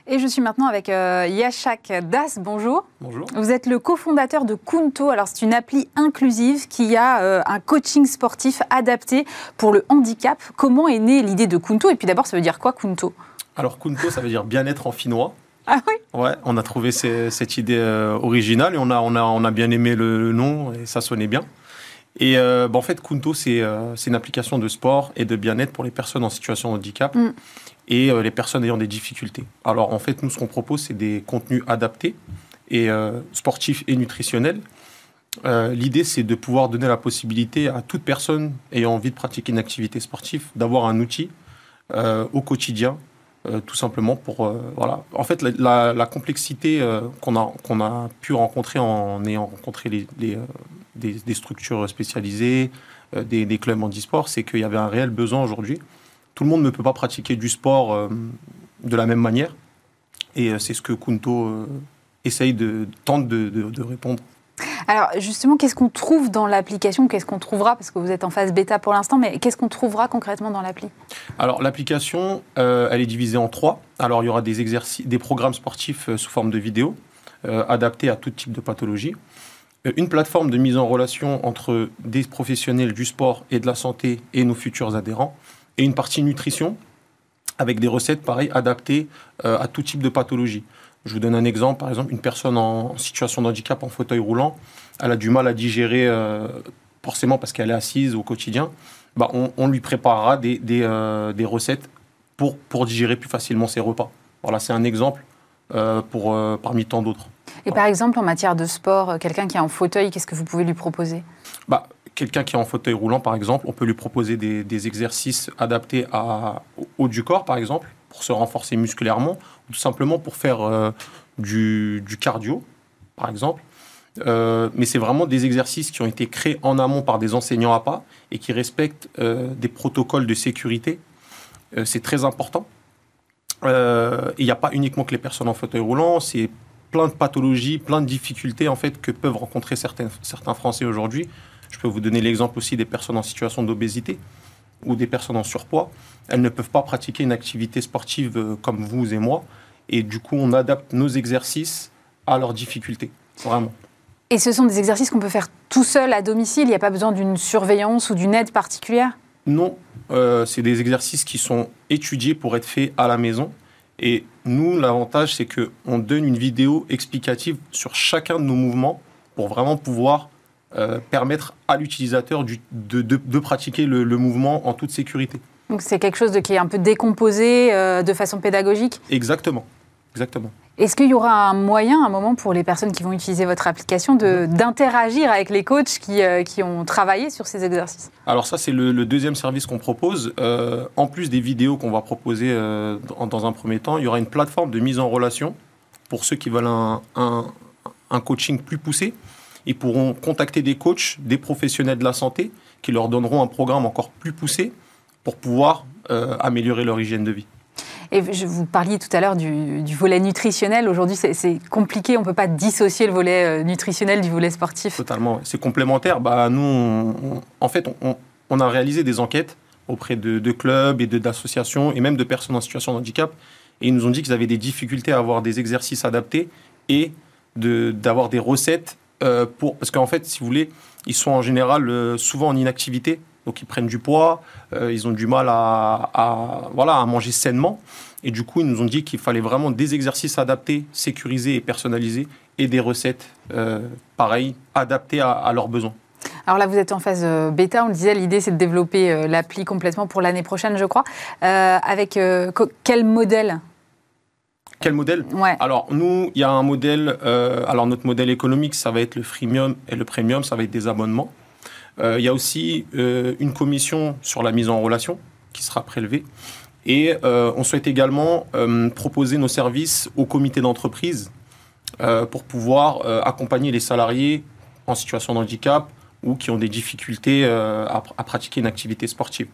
Et je suis maintenant avec euh, Yashak Das. Bonjour. Bonjour. Vous êtes le cofondateur de Kunto. Alors, c'est une appli inclusive qui a euh, un coaching sportif adapté pour le handicap. Comment est née l'idée de Kunto? Et puis d'abord, ça veut dire quoi, Kunto? Alors, Kunto, ça veut dire bien-être en finnois. Ah oui? Ouais, on a trouvé ces, cette idée euh, originale et on a, on, a, on a bien aimé le, le nom et ça sonnait bien. Et euh, bah, en fait, Kunto, c'est, euh, c'est une application de sport et de bien-être pour les personnes en situation de handicap mm. et euh, les personnes ayant des difficultés. Alors, en fait, nous, ce qu'on propose, c'est des contenus adaptés et euh, sportifs et nutritionnels. Euh, l'idée, c'est de pouvoir donner la possibilité à toute personne ayant envie de pratiquer une activité sportive d'avoir un outil euh, au quotidien, euh, tout simplement pour... Euh, voilà. En fait, la, la, la complexité euh, qu'on a, qu'on a pu rencontrer en ayant rencontré les... les euh, Des, des structures spécialisées, euh, des, des clubs handisport, c'est qu'il y avait un réel besoin aujourd'hui. Tout le monde ne peut pas pratiquer du sport euh, de la même manière. Et euh, c'est ce que Kunto euh, essaye de, tente de, de, de répondre. Alors justement, qu'est-ce qu'on trouve dans l'application? Qu'est-ce qu'on trouvera? Parce que vous êtes en phase bêta pour l'instant, mais qu'est-ce qu'on trouvera concrètement dans l'appli? Alors l'application, euh, elle est divisée en trois. Alors il y aura des, exercices, des programmes sportifs euh, sous forme de vidéo, euh, adaptés à tout type de pathologie. Une plateforme de mise en relation entre des professionnels du sport et de la santé et nos futurs adhérents. Et une partie nutrition avec des recettes, pareil, adaptées euh, à tout type de pathologie. Je vous donne un exemple. Par exemple, une personne en situation de handicap en fauteuil roulant, elle a du mal à digérer, euh, forcément parce qu'elle est assise au quotidien. Bah, on, on lui préparera des, des, euh, des recettes pour, pour digérer plus facilement ses repas. Voilà, c'est un exemple euh, pour, euh, parmi tant d'autres. Et par exemple, en matière de sport, quelqu'un qui est en fauteuil, qu'est-ce que vous pouvez lui proposer? bah, Quelqu'un qui est en fauteuil roulant, par exemple, on peut lui proposer des, des exercices adaptés à, au haut du corps, par exemple, pour se renforcer musculairement, ou tout simplement pour faire euh, du, du cardio, par exemple. Euh, mais c'est vraiment des exercices qui ont été créés en amont par des enseignants A P A et qui respectent euh, des protocoles de sécurité. Euh, c'est très important. Euh, il n'y a pas uniquement que les personnes en fauteuil roulant, c'est plein de pathologies, plein de difficultés en fait que peuvent rencontrer certains, certains Français aujourd'hui. Je peux vous donner l'exemple aussi des personnes en situation d'obésité ou des personnes en surpoids. Elles ne peuvent pas pratiquer une activité sportive comme vous et moi. Et du coup, on adapte nos exercices à leurs difficultés, vraiment. Et ce sont des exercices qu'on peut faire tout seul à domicile? Il n'y a pas besoin d'une surveillance ou d'une aide particulière? Non, euh, c'est des exercices qui sont étudiés pour être faits à la maison. Et nous, l'avantage, c'est qu'on donne une vidéo explicative sur chacun de nos mouvements pour vraiment pouvoir euh, permettre à l'utilisateur du, de, de, de pratiquer le, le mouvement en toute sécurité. Donc c'est quelque chose de, qui est un peu décomposé euh, de façon pédagogique? Exactement, exactement. Est-ce qu'il y aura un moyen, un moment, pour les personnes qui vont utiliser votre application, de, d'interagir avec les coachs qui, euh, qui ont travaillé sur ces exercices? Alors ça, c'est le, le deuxième service qu'on propose. Euh, en plus des vidéos qu'on va proposer euh, dans, dans un premier temps, il y aura une plateforme de mise en relation pour ceux qui veulent un, un, un coaching plus poussé. Ils pourront contacter des coachs, des professionnels de la santé qui leur donneront un programme encore plus poussé pour pouvoir euh, améliorer leur hygiène de vie. Et je vous parliez tout à l'heure du, du volet nutritionnel. Aujourd'hui, c'est, c'est compliqué. On ne peut pas dissocier le volet nutritionnel du volet sportif. Totalement. C'est complémentaire. Bah, nous, on, on, en fait, on, on a réalisé des enquêtes auprès de, de clubs et de, d'associations et même de personnes en situation de handicap. Et ils nous ont dit qu'ils avaient des difficultés à avoir des exercices adaptés et de, d'avoir des recettes. Euh, pour, parce qu'en fait, si vous voulez, ils sont en général euh, souvent en inactivité. Donc, ils prennent du poids, euh, ils ont du mal à, à, voilà, à manger sainement. Et du coup, ils nous ont dit qu'il fallait vraiment des exercices adaptés, sécurisés et personnalisés, et des recettes, euh, pareilles, adaptées à, à leurs besoins. Alors là, vous êtes en phase bêta. On le disait, l'idée, c'est de développer euh, l'appli complètement pour l'année prochaine, je crois. Euh, avec euh, co- quel modèle ? Quel modèle ? Ouais. Alors, nous, il y a un modèle... Euh, alors, notre modèle économique, ça va être le freemium, et le premium, ça va être des abonnements. Euh, il y a aussi euh, une commission sur la mise en relation qui sera prélevée. Et euh, on souhaite également euh, proposer nos services au comité d'entreprise euh, pour pouvoir euh, accompagner les salariés en situation de handicap ou qui ont des difficultés euh, à, à pratiquer une activité sportive.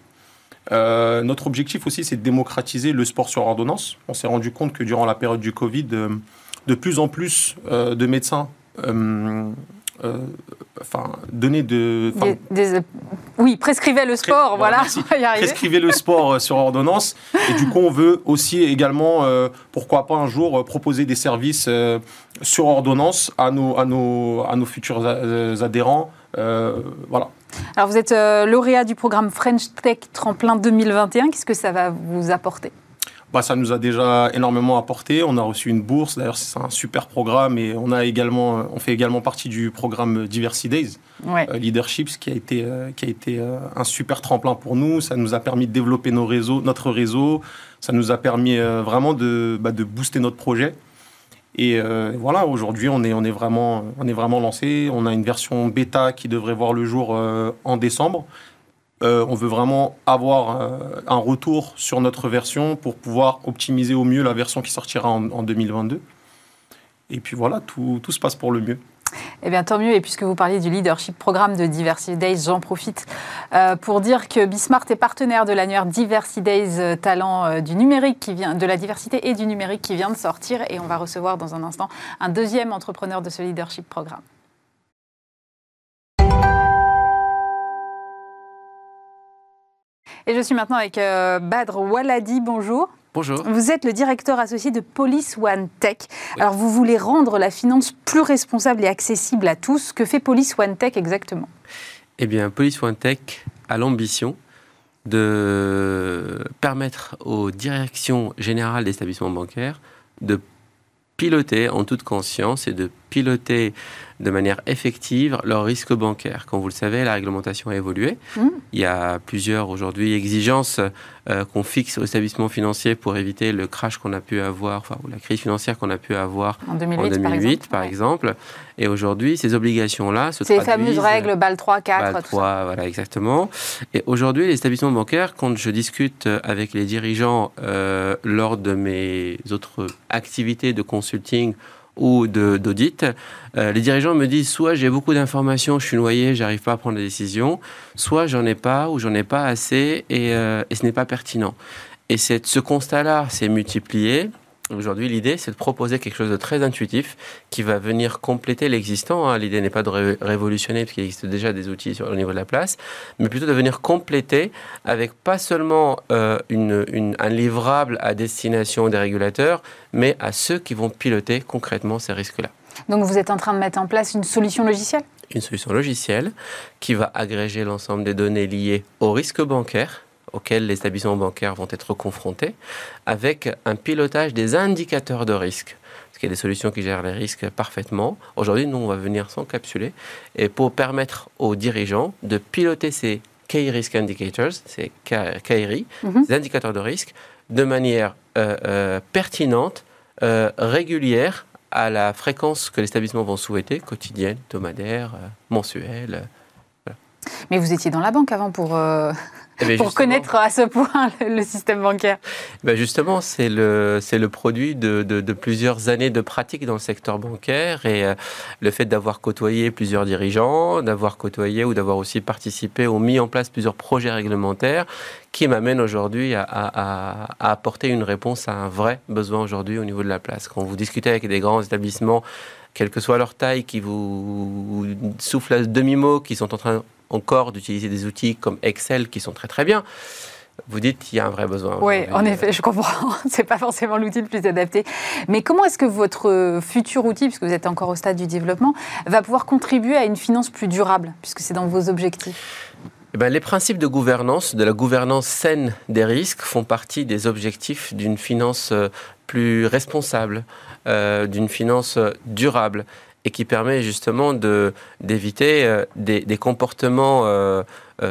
Euh, notre objectif aussi, c'est de démocratiser le sport sur ordonnance. On s'est rendu compte que durant la période du Covid, euh, de plus en plus euh, de médecins euh, euh, enfin, donner de... Des, des, oui, prescrivait le sport, voilà, merci. on va y arriver. Prescrivait le sport sur ordonnance. Et du coup, on veut aussi également, euh, pourquoi pas un jour, euh, proposer des services euh, sur ordonnance à nos, à nos, à nos futurs adhérents. Euh, voilà. Alors, vous êtes euh, lauréat du programme French Tech Tremplin deux mille vingt et un. Qu'est-ce que ça va vous apporter ? Bah, ça nous a déjà énormément apporté. On a reçu une bourse. D'ailleurs, c'est un super programme. Et on, a également, on fait également partie du programme Diversity Days ouais. euh, Leadership, qui a été, euh, qui a été euh, un super tremplin pour nous. Ça nous a permis de développer nos réseaux, notre réseau. Ça nous a permis euh, vraiment de, bah, de booster notre projet. Et euh, voilà, aujourd'hui, on est, on, est vraiment, on est vraiment lancé. On a une version bêta qui devrait voir le jour euh, en décembre. Euh, on veut vraiment avoir euh, un retour sur notre version pour pouvoir optimiser au mieux la version qui sortira en, en deux mille vingt-deux. Et puis voilà, tout, tout se passe pour le mieux. Eh bien, tant mieux. Et puisque vous parliez du leadership programme de Diversity Days, j'en profite euh, pour dire que Bismart est partenaire de l'annuaire Diversity Days euh, Talent euh, du numérique, qui vient, de la diversité et du numérique qui vient de sortir. Et on va recevoir dans un instant un deuxième entrepreneur de ce leadership programme. Et je suis maintenant avec euh, Badr Waladi. Bonjour. Bonjour. Vous êtes le directeur associé de Police One Tech. Oui. Alors, vous voulez rendre la finance plus responsable et accessible à tous. Que fait Police One Tech exactement ? Eh bien, Police One Tech a l'ambition de permettre aux directions générales des établissements bancaires de piloter en toute conscience et de piloter de manière effective leurs risques bancaires. Comme vous le savez, la réglementation a évolué. Mmh. Il y a plusieurs aujourd'hui exigences euh, qu'on fixe aux établissements financiers pour éviter le crash qu'on a pu avoir, enfin, ou la crise financière qu'on a pu avoir en deux mille huit, en deux mille huit par exemple. Par exemple. Ouais. Et aujourd'hui, ces obligations-là se C'est traduisent... les fameuses règles B A L trois, quatre, B A L trois, tout ça. Voilà, exactement. Et aujourd'hui, les établissements bancaires, quand je discute avec les dirigeants euh, lors de mes autres activités de consulting ou de, d'audit, euh, les dirigeants me disent soit j'ai beaucoup d'informations, je suis noyé, j'arrive pas à prendre des décisions, soit j'en ai pas ou j'en ai pas assez et, euh, et ce n'est pas pertinent. Et c'est, ce constat-là s'est multiplié. Aujourd'hui, l'idée, c'est de proposer quelque chose de très intuitif qui va venir compléter l'existant. Hein. L'idée n'est pas de ré- révolutionner, parce qu'il existe déjà des outils sur, au niveau de la place, mais plutôt de venir compléter avec pas seulement euh, une, une, un livrable à destination des régulateurs, mais à ceux qui vont piloter concrètement ces risques-là. Donc, vous êtes en train de mettre en place une solution logicielle ? Une solution logicielle qui va agréger l'ensemble des données liées au risque bancaire, auxquels les établissements bancaires vont être confrontés, avec un pilotage des indicateurs de risque. Parce qu'il y a des solutions qui gèrent les risques parfaitement. Aujourd'hui, nous, on va venir s'encapsuler et pour permettre aux dirigeants de piloter ces Key Risk Indicators, ces K R I, mm-hmm. ces indicateurs de risque, de manière euh, euh, pertinente, euh, régulière, à la fréquence que les établissements vont souhaiter, quotidienne, hebdomadaire, euh, mensuelle. Euh, voilà. Mais vous étiez dans la banque avant pour... Euh... Eh pour connaître à ce point le, le système bancaire. Ben justement, c'est le, c'est le produit de, de, de plusieurs années de pratique dans le secteur bancaire et euh, le fait d'avoir côtoyé plusieurs dirigeants, d'avoir côtoyé ou d'avoir aussi participé ou mis en place plusieurs projets réglementaires qui m'amènent aujourd'hui à, à, à apporter une réponse à un vrai besoin aujourd'hui au niveau de la place. Quand vous discutez avec des grands établissements, quelle que soit leur taille, qui vous soufflent à demi-mot, qui sont en train encore d'utiliser des outils comme Excel qui sont très très bien, vous dites qu'il y a un vrai besoin. Oui, en effet, je comprends. C'est pas forcément l'outil le plus adapté. Mais comment est-ce que votre futur outil, puisque vous êtes encore au stade du développement, va pouvoir contribuer à une finance plus durable, puisque c'est dans vos objectifs ? Eh bien, les principes de gouvernance, de la gouvernance saine des risques, font partie des objectifs d'une finance plus responsable, euh, d'une finance durable, et qui permet justement de, d'éviter euh, des, des comportements euh,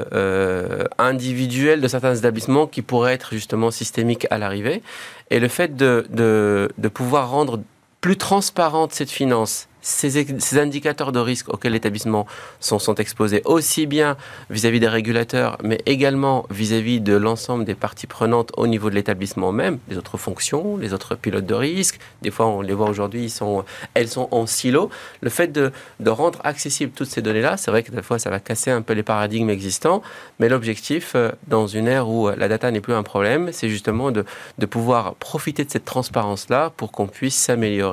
euh, individuels de certains établissements qui pourraient être justement systémiques à l'arrivée. Et le fait de, de, de pouvoir rendre plus transparente cette finance, ces, ces indicateurs de risque auxquels l'établissement sont, sont exposés, aussi bien vis-à-vis des régulateurs, mais également vis-à-vis de l'ensemble des parties prenantes au niveau de l'établissement même, les autres fonctions, les autres pilotes de risque. Des fois, on les voit aujourd'hui, ils sont, elles sont en silo. Le fait de, de rendre accessibles toutes ces données-là, c'est vrai que des fois, ça va casser un peu les paradigmes existants, mais l'objectif, dans une ère où la data n'est plus un problème, c'est justement de, de pouvoir profiter de cette transparence-là pour qu'on puisse s'améliorer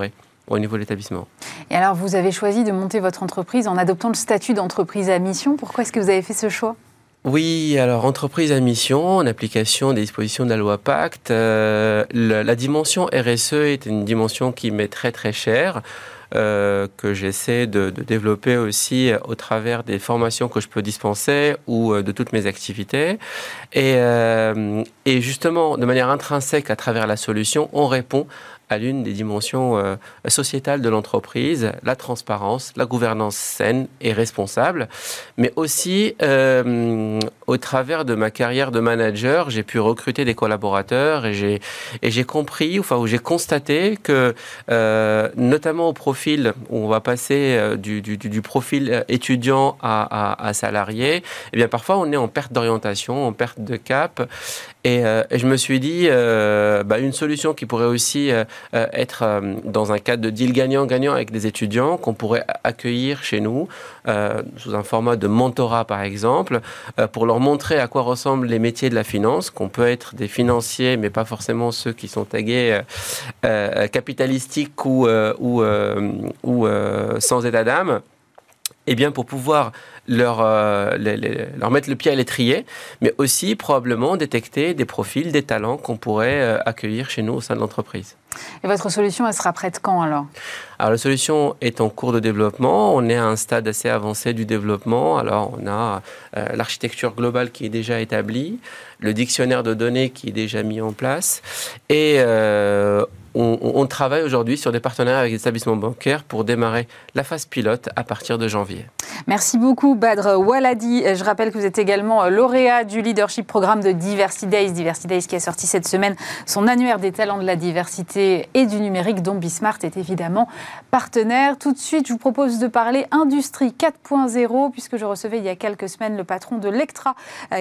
au niveau de l'établissement. Et alors, vous avez choisi de monter votre entreprise en adoptant le statut d'entreprise à mission. Pourquoi est-ce que vous avez fait ce choix ? Oui, alors entreprise à mission, en application des dispositions de la loi Pacte, euh, la, la dimension R S E est une dimension qui m'est très très chère. Euh, que j'essaie de, de développer aussi au travers des formations que je peux dispenser ou euh, de toutes mes activités. Et, euh, et justement, de manière intrinsèque à travers la solution, on répond à l'une des dimensions euh, sociétales de l'entreprise, la transparence, la gouvernance saine et responsable. Mais aussi, euh, au travers de ma carrière de manager, j'ai pu recruter des collaborateurs et j'ai, et j'ai compris, enfin, où j'ai constaté que, euh, notamment au profil, où on va passer euh, du, du, du profil étudiant à, à, à salarié, eh bien, parfois on est en perte d'orientation, en perte de cap. Et, euh, et je me suis dit, euh, bah, une solution qui pourrait aussi euh, être euh, dans un cadre de deal gagnant-gagnant avec des étudiants qu'on pourrait accueillir chez nous euh, sous un format de mentorat par exemple, euh, pour leur montrer à quoi ressemblent les métiers de la finance, qu'on peut être des financiers mais pas forcément ceux qui sont tagués euh, euh, capitalistiques ou, euh, ou, euh, ou euh, sans état d'âme. Eh bien, pour pouvoir leur, euh, les, les, leur mettre le pied à l'étrier, mais aussi probablement détecter des profils, des talents qu'on pourrait euh, accueillir chez nous au sein de l'entreprise. Et votre solution, elle sera prête quand alors ? Alors, la solution est en cours de développement. On est à un stade assez avancé du développement. Alors, on a euh, l'architecture globale qui est déjà établie, le dictionnaire de données qui est déjà mis en place et euh, On, on travaille aujourd'hui sur des partenariats avec des établissements bancaires pour démarrer la phase pilote à partir de janvier. Merci beaucoup Badr Waladi. Je rappelle que vous êtes également lauréat du leadership programme de Diversity Days. Diversity Days qui a sorti cette semaine son annuaire des talents de la diversité et du numérique dont Bismart est évidemment partenaire. Tout de suite, je vous propose de parler industrie quatre point zéro puisque je recevais il y a quelques semaines le patron de Lectra,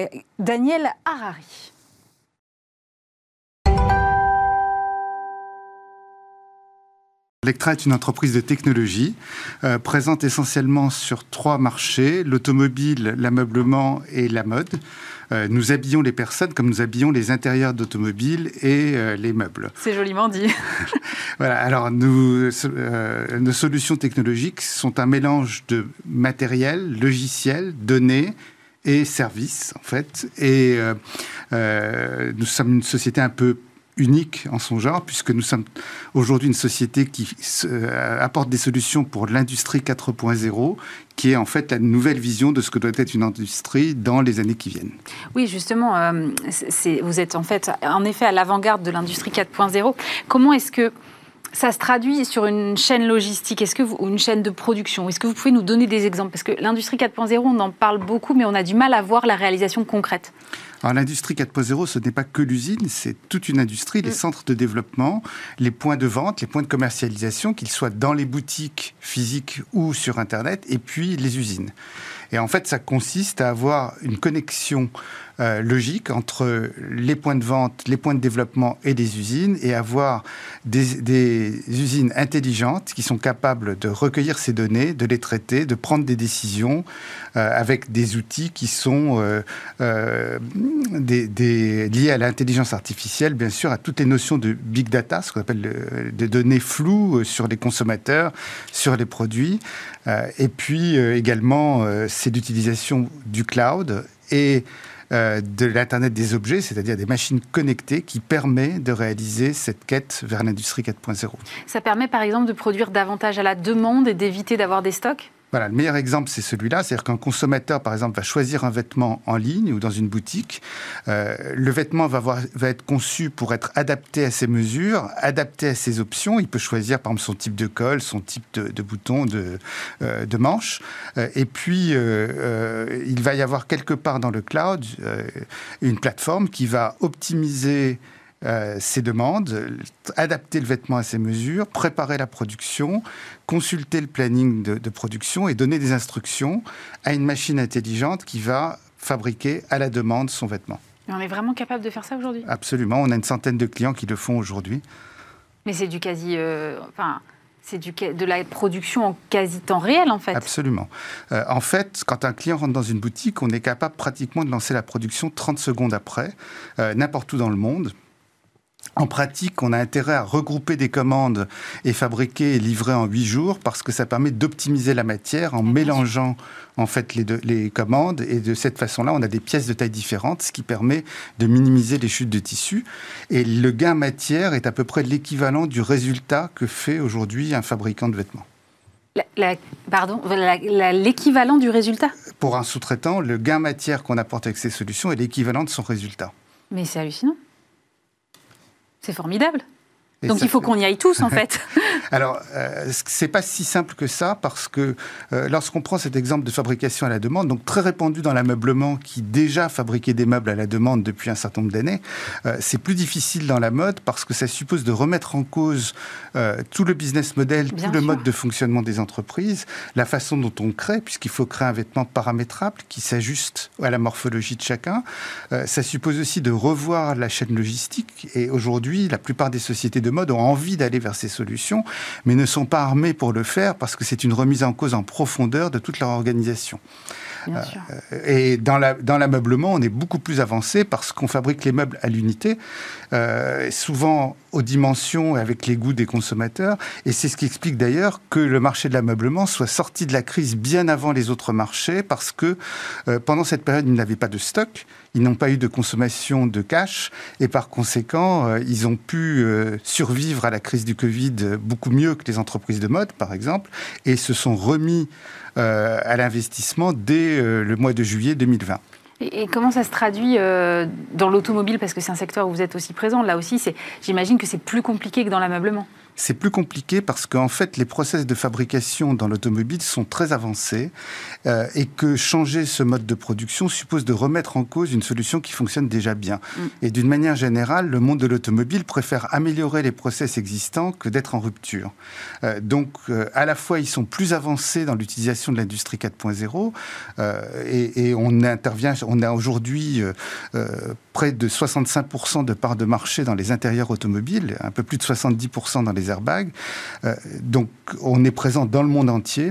Daniel Harari. Lectra est une entreprise de technologie euh, présente essentiellement sur trois marchés, l'automobile, l'ameublement et la mode. Euh, nous habillons les personnes comme nous habillons les intérieurs d'automobiles et euh, les meubles. C'est joliment dit. Voilà, alors nous, euh, nos solutions technologiques sont un mélange de matériel, logiciel, données et services en fait. Et euh, euh, nous sommes une société un peu unique en son genre, puisque nous sommes aujourd'hui une société qui euh, apporte des solutions pour l'industrie quatre point zéro, qui est en fait la nouvelle vision de ce que doit être une industrie dans les années qui viennent. Oui, justement, euh, c'est, vous êtes en fait, en effet, à l'avant-garde de l'industrie quatre point zéro. Comment est-ce que ça se traduit sur une chaîne logistique, est-ce que vous, ou une chaîne de production ? Est-ce que vous pouvez nous donner des exemples ? Parce que l'industrie quatre point zéro, on en parle beaucoup, mais on a du mal à voir la réalisation concrète. Alors, l'industrie quatre point zéro, ce n'est pas que l'usine, c'est toute une industrie, les centres de développement, les points de vente, les points de commercialisation, qu'ils soient dans les boutiques physiques ou sur Internet, et puis les usines. Et en fait, ça consiste à avoir une connexion euh, logique entre les points de vente, les points de développement et les usines, et avoir des, des usines intelligentes qui sont capables de recueillir ces données, de les traiter, de prendre des décisions euh, avec des outils qui sont euh, euh, des, des, liés à l'intelligence artificielle, bien sûr, à toutes les notions de big data, ce qu'on appelle le, des données floues sur les consommateurs, sur les produits, euh, et puis euh, également euh, c'est l'utilisation du cloud et euh, de l'Internet des objets, c'est-à-dire des machines connectées qui permet de réaliser cette quête vers l'industrie quatre point zéro. Ça permet par exemple de produire davantage à la demande et d'éviter d'avoir des stocks ? Voilà, le meilleur exemple, c'est celui-là. C'est-à-dire qu'un consommateur, par exemple, va choisir un vêtement en ligne ou dans une boutique. Euh, le vêtement va, avoir, va être conçu pour être adapté à ses mesures, adapté à ses options. Il peut choisir, par exemple, son type de col, son type de, de bouton, de, euh, de manche. Euh, et puis, euh, euh, il va y avoir quelque part dans le cloud euh, une plateforme qui va optimiser Euh, ses demandes, adapter le vêtement à ses mesures, préparer la production, consulter le planning de, de production et donner des instructions à une machine intelligente qui va fabriquer à la demande son vêtement. Mais on est vraiment capable de faire ça aujourd'hui ? Absolument, on a une centaine de clients qui le font aujourd'hui. Mais c'est du quasi... Euh, enfin... C'est du, de la production en quasi-temps réel, en fait. Absolument. Euh, en fait, quand un client rentre dans une boutique, on est capable pratiquement de lancer la production trente secondes après, euh, n'importe où dans le monde. En pratique, on a intérêt à regrouper des commandes et fabriquer et livrer en huit jours parce que ça permet d'optimiser la matière en mélangeant en fait les, deux, les commandes, et de cette façon-là, on a des pièces de taille différentes, ce qui permet de minimiser les chutes de tissu. Et le gain matière est à peu près l'équivalent du résultat que fait aujourd'hui un fabricant de vêtements. La, la, pardon, la, la, l'équivalent du résultat ? Pour un sous-traitant, le gain matière qu'on apporte avec ces solutions est l'équivalent de son résultat. Mais c'est hallucinant. C'est formidable. Et Donc il faut fait... qu'on y aille tous, en fait. Alors, euh, c'est pas si simple que ça, parce que euh, lorsqu'on prend cet exemple de fabrication à la demande, donc très répandu dans l'ameublement, qui déjà fabriquait des meubles à la demande depuis un certain nombre d'années, euh, c'est plus difficile dans la mode, parce que ça suppose de remettre en cause euh, tout le business model, Bien tout sûr. le mode de fonctionnement des entreprises, la façon dont on crée, puisqu'il faut créer un vêtement paramétrable qui s'ajuste à la morphologie de chacun. Euh, ça suppose aussi de revoir la chaîne logistique, et aujourd'hui, la plupart des sociétés de de mode ont envie d'aller vers ces solutions, mais ne sont pas armés pour le faire parce que c'est une remise en cause en profondeur de toute leur organisation. Bien sûr. Euh, et dans, la, dans l'ameublement, on est beaucoup plus avancé parce qu'on fabrique les meubles à l'unité, euh, souvent aux dimensions et avec les goûts des consommateurs. Et c'est ce qui explique d'ailleurs que le marché de l'ameublement soit sorti de la crise bien avant les autres marchés, parce que euh, pendant cette période, ils n'avaient pas de stock, ils n'ont pas eu de consommation de cash, et par conséquent, euh, ils ont pu euh, survivre à la crise du Covid beaucoup mieux que les entreprises de mode, par exemple, et se sont remis euh, à l'investissement dès euh, le mois de juillet deux mille vingt. Et, et comment ça se traduit euh, dans l'automobile, parce que c'est un secteur où vous êtes aussi présent. Là aussi, c'est, j'imagine que c'est plus compliqué que dans l'ameublement. C'est plus compliqué parce qu'en fait, les process de fabrication dans l'automobile sont très avancés euh, et que changer ce mode de production suppose de remettre en cause une solution qui fonctionne déjà bien. Mm. Et d'une manière générale, le monde de l'automobile préfère améliorer les process existants que d'être en rupture. Euh, donc, euh, à la fois, ils sont plus avancés dans l'utilisation de l'industrie quatre point zéro euh, et, et on intervient, on a aujourd'hui euh, euh, près de soixante-cinq pour cent de parts de marché dans les intérieurs automobiles, un peu plus de soixante-dix pour cent dans les airbags. Euh, donc, on est présent dans le monde entier.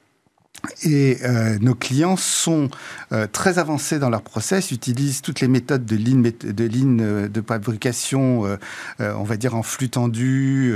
Et euh, nos clients sont euh, très avancés dans leur process, utilisent toutes les méthodes de ligne de, ligne de fabrication, euh, euh, on va dire en flux tendu,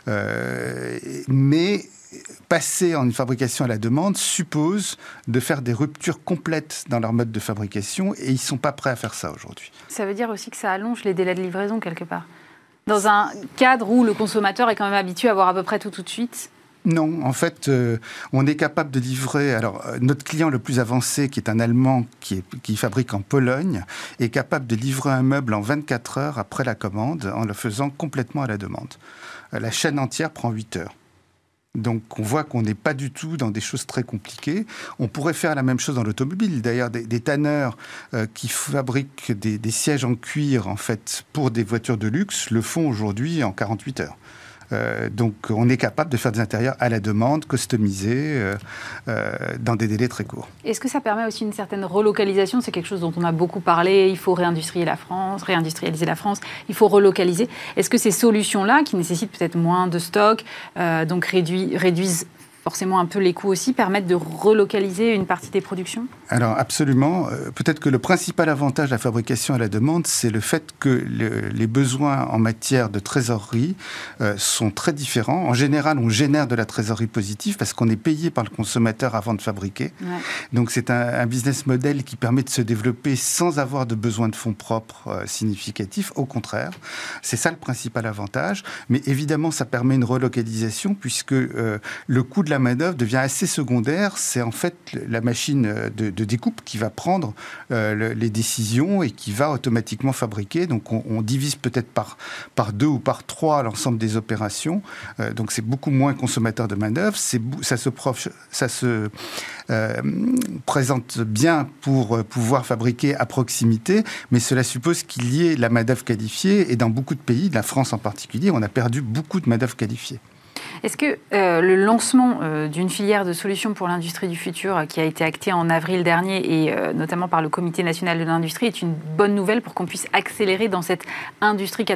euh, mais passer en une fabrication à la demande suppose de faire des ruptures complètes dans leur mode de fabrication, et ils ne sont pas prêts à faire ça aujourd'hui. Ça veut dire aussi que ça allonge les délais de livraison quelque part, dans un cadre où le consommateur est quand même habitué à avoir à peu près tout tout de suite? Non, en fait, euh, on est capable de livrer... Alors, euh, notre client le plus avancé, qui est un Allemand qui, est, qui fabrique en Pologne, est capable de livrer un meuble en vingt-quatre heures après la commande, en le faisant complètement à la demande. Euh, la chaîne entière prend huit heures. Donc, on voit qu'on n'est pas du tout dans des choses très compliquées. On pourrait faire la même chose dans l'automobile. D'ailleurs, des, des tanneurs euh, qui fabriquent des, des sièges en cuir, en fait, pour des voitures de luxe, le font aujourd'hui en quarante-huit heures. Euh, donc, on est capable de faire des intérieurs à la demande, customisés, euh, euh, dans des délais très courts. Est-ce que ça permet aussi une certaine relocalisation? C'est quelque chose dont on a beaucoup parlé. Il faut réindustrialiser la France, réindustrialiser la France. Il faut relocaliser. Est-ce que ces solutions-là, qui nécessitent peut-être moins de stock, euh, donc réduit, réduisent forcément un peu les coûts aussi, permettent de relocaliser une partie des productions? Alors absolument. Euh, peut-être que le principal avantage de la fabrication à la demande, c'est le fait que le, les besoins en matière de trésorerie euh, sont très différents. En général, on génère de la trésorerie positive parce qu'on est payé par le consommateur avant de fabriquer. Ouais. Donc c'est un, un business model qui permet de se développer sans avoir de besoin de fonds propres euh, significatifs. Au contraire, c'est ça le principal avantage. Mais évidemment, ça permet une relocalisation puisque euh, le coût de la main-d'œuvre devient assez secondaire. C'est en fait la machine de, de découpe qui va prendre euh, le, les décisions et qui va automatiquement fabriquer. Donc on, on divise peut-être par, par deux ou par trois l'ensemble des opérations. Euh, donc c'est beaucoup moins consommateur de main-d'œuvre. C'est, ça se, prof, ça se euh, présente bien pour pouvoir fabriquer à proximité, mais cela suppose qu'il y ait la main-d'œuvre qualifiée. Et dans beaucoup de pays, la France en particulier, on a perdu beaucoup de main-d'œuvre qualifiée. Est-ce que euh, le lancement euh, d'une filière de solutions pour l'industrie du futur euh, qui a été acté en avril dernier et euh, notamment par le Comité national de l'industrie est une bonne nouvelle pour qu'on puisse accélérer dans cette industrie quatre point zéro ?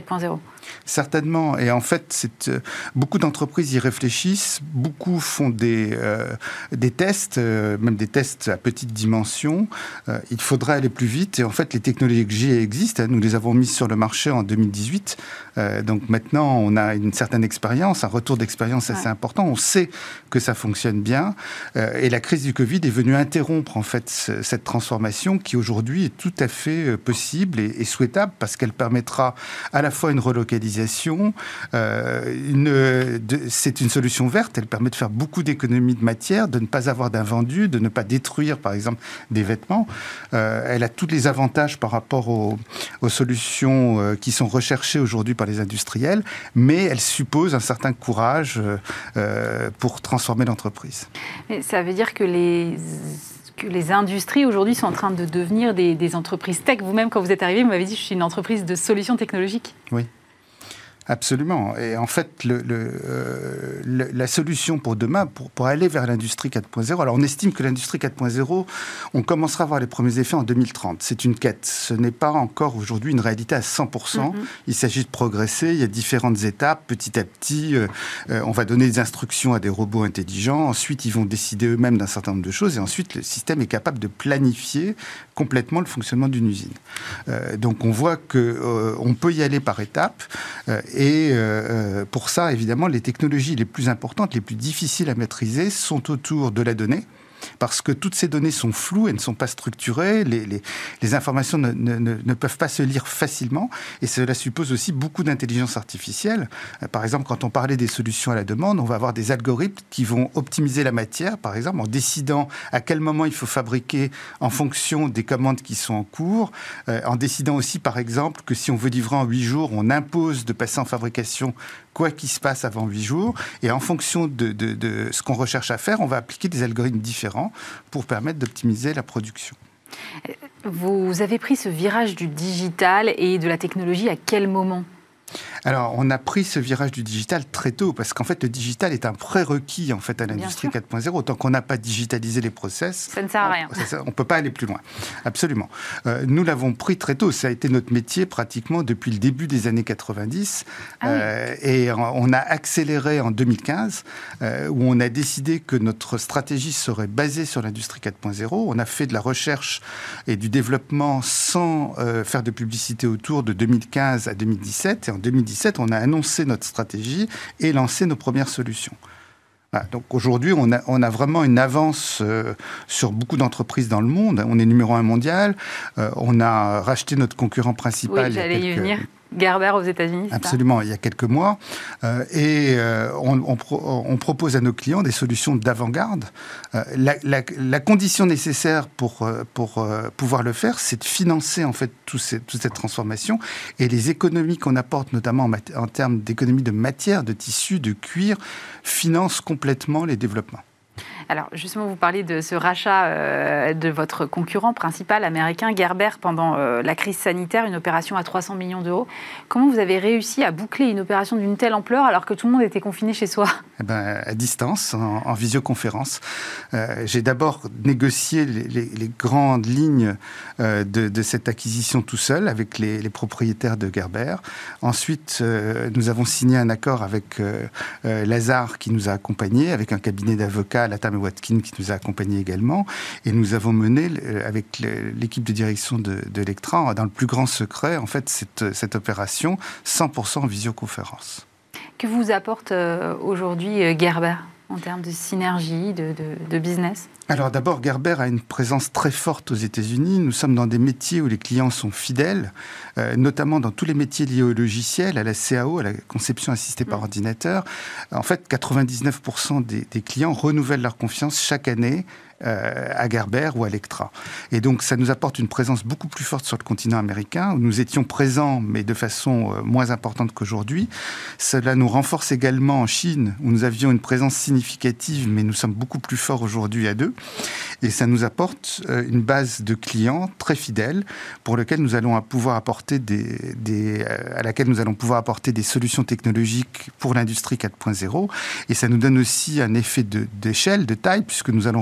Certainement. Et en fait, c'est, euh, beaucoup d'entreprises y réfléchissent. Beaucoup font des, euh, des tests, euh, même des tests à petite dimension. Euh, il faudrait aller plus vite. Et en fait, les technologies existent. Hein. Nous les avons mises sur le marché en deux mille dix-huit. Euh, donc maintenant, on a une certaine expérience, un retour d'expérience assez ouais. important. On sait que ça fonctionne bien. Euh, et la crise du Covid est venue interrompre en fait ce, cette transformation qui aujourd'hui est tout à fait possible et, et souhaitable parce qu'elle permettra à la fois une relocalisation. Euh, une, de, c'est une solution verte. Elle permet de faire beaucoup d'économies de matière, de ne pas avoir d'invendus, de ne pas détruire, par exemple, des vêtements. Euh, elle a tous les avantages par rapport aux, aux solutions euh, qui sont recherchées aujourd'hui par les industriels, mais elle suppose un certain courage euh, pour transformer l'entreprise. Mais ça veut dire que les... que les industries aujourd'hui sont en train de devenir des, des entreprises tech. Vous-même, quand vous êtes arrivé, vous m'avez dit je suis une entreprise de solutions technologiques. Oui. Absolument. Et en fait, le, le, euh, le, la solution pour demain, pour, pour aller vers l'industrie quatre point zéro, alors on estime que l'industrie quatre point zéro, on commencera à voir les premiers effets en deux mille trente. C'est une quête. Ce n'est pas encore aujourd'hui une réalité à cent pour cent. Mm-hmm. Il s'agit de progresser. Il y a différentes étapes. Petit à petit, euh, euh, on va donner des instructions à des robots intelligents. Ensuite, ils vont décider eux-mêmes d'un certain nombre de choses. Et ensuite, le système est capable de planifier complètement le fonctionnement d'une usine. Euh, donc, on voit qu'on euh, peut y aller par étapes. Euh, Et euh, pour ça, évidemment, les technologies les plus importantes, les plus difficiles à maîtriser sont autour de la donnée. Parce que toutes ces données sont floues, elles ne sont pas structurées, les, les, les informations ne, ne, ne peuvent pas se lire facilement, et cela suppose aussi beaucoup d'intelligence artificielle. Par exemple, quand on parlait des solutions à la demande, on va avoir des algorithmes qui vont optimiser la matière, par exemple, en décidant à quel moment il faut fabriquer en fonction des commandes qui sont en cours, euh, en décidant aussi, par exemple, que si on veut livrer en huit jours, on impose de passer en fabrication quoi qu'il se passe avant huit jours, et en fonction de, de, de ce qu'on recherche à faire, on va appliquer des algorithmes différents pour permettre d'optimiser la production. Vous avez pris ce virage du digital et de la technologie à quel moment ? Alors, on a pris ce virage du digital très tôt, parce qu'en fait, le digital est un prérequis en fait, à l'industrie quatre point zéro. Tant qu'on n'a pas digitalisé les process, ça ne sert à rien. On ne peut pas aller plus loin. Absolument. Euh, nous l'avons pris très tôt. Ça a été notre métier pratiquement depuis le début des années quatre-vingt-dix. Ah euh, oui. Et on a accéléré en deux mille quinze, euh, où on a décidé que notre stratégie serait basée sur l'industrie quatre point zéro. On a fait de la recherche et du développement sans euh, faire de publicité autour de deux mille quinze à deux mille dix-sept. Et en deux mille dix-sept, on a annoncé notre stratégie et lancé nos premières solutions. Voilà, donc aujourd'hui, on a, on a vraiment une avance euh, sur beaucoup d'entreprises dans le monde. On est numéro un mondial. Euh, on a racheté notre concurrent principal. Oui, j'allais y venir. Gerber aux États-Unis. Absolument, il y a quelques mois. Euh, et euh, on, on, pro, on propose à nos clients des solutions d'avant-garde. Euh, la, la, la condition nécessaire pour, pour euh, pouvoir le faire, c'est de financer en fait tout ces, toute cette transformation. Et les économies qu'on apporte, notamment en, mat- en termes d'économies de matière, de tissu, de cuir, financent complètement les développements. Alors, justement, vous parlez de ce rachat euh, de votre concurrent principal américain, Gerber, pendant euh, la crise sanitaire, une opération à trois cents millions d'euros. Comment vous avez réussi à boucler une opération d'une telle ampleur alors que tout le monde était confiné chez soi ? Eh ben, à distance, en, en visioconférence. Euh, j'ai d'abord négocié les, les, les grandes lignes euh, de, de cette acquisition tout seul avec les, les propriétaires de Gerber. Ensuite, euh, nous avons signé un accord avec euh, euh, Lazard qui nous a accompagnés, avec un cabinet d'avocats, Latam et Watkin, qui nous a accompagnés également. Et nous avons mené, avec l'équipe de direction de, de Lectra, dans le plus grand secret, en fait, cette, cette opération cent pour cent en visioconférence. Que vous apporte euh, aujourd'hui euh, Gerber en termes de synergie, de, de, de business ? Alors d'abord, Gerber a une présence très forte aux États-Unis. Nous sommes dans des métiers où les clients sont fidèles, euh, notamment dans tous les métiers liés au logiciel, à la C A O, à la conception assistée par ordinateur. En fait, quatre-vingt-dix-neuf pour cent des, des clients renouvellent leur confiance chaque année euh, à Gerber ou à Lectra. Et donc, ça nous apporte une présence beaucoup plus forte sur le continent américain, où nous étions présents, mais de façon euh, moins importante qu'aujourd'hui. Cela nous renforce également en Chine, où nous avions une présence significative, mais nous sommes beaucoup plus forts aujourd'hui à deux. Et ça nous apporte une base de clients très fidèles pour lequel nous allons pouvoir apporter des, des, à laquelle nous allons pouvoir apporter des solutions technologiques pour l'industrie quatre point zéro. Et ça nous donne aussi un effet de, d'échelle, de taille, puisque nous allons représenter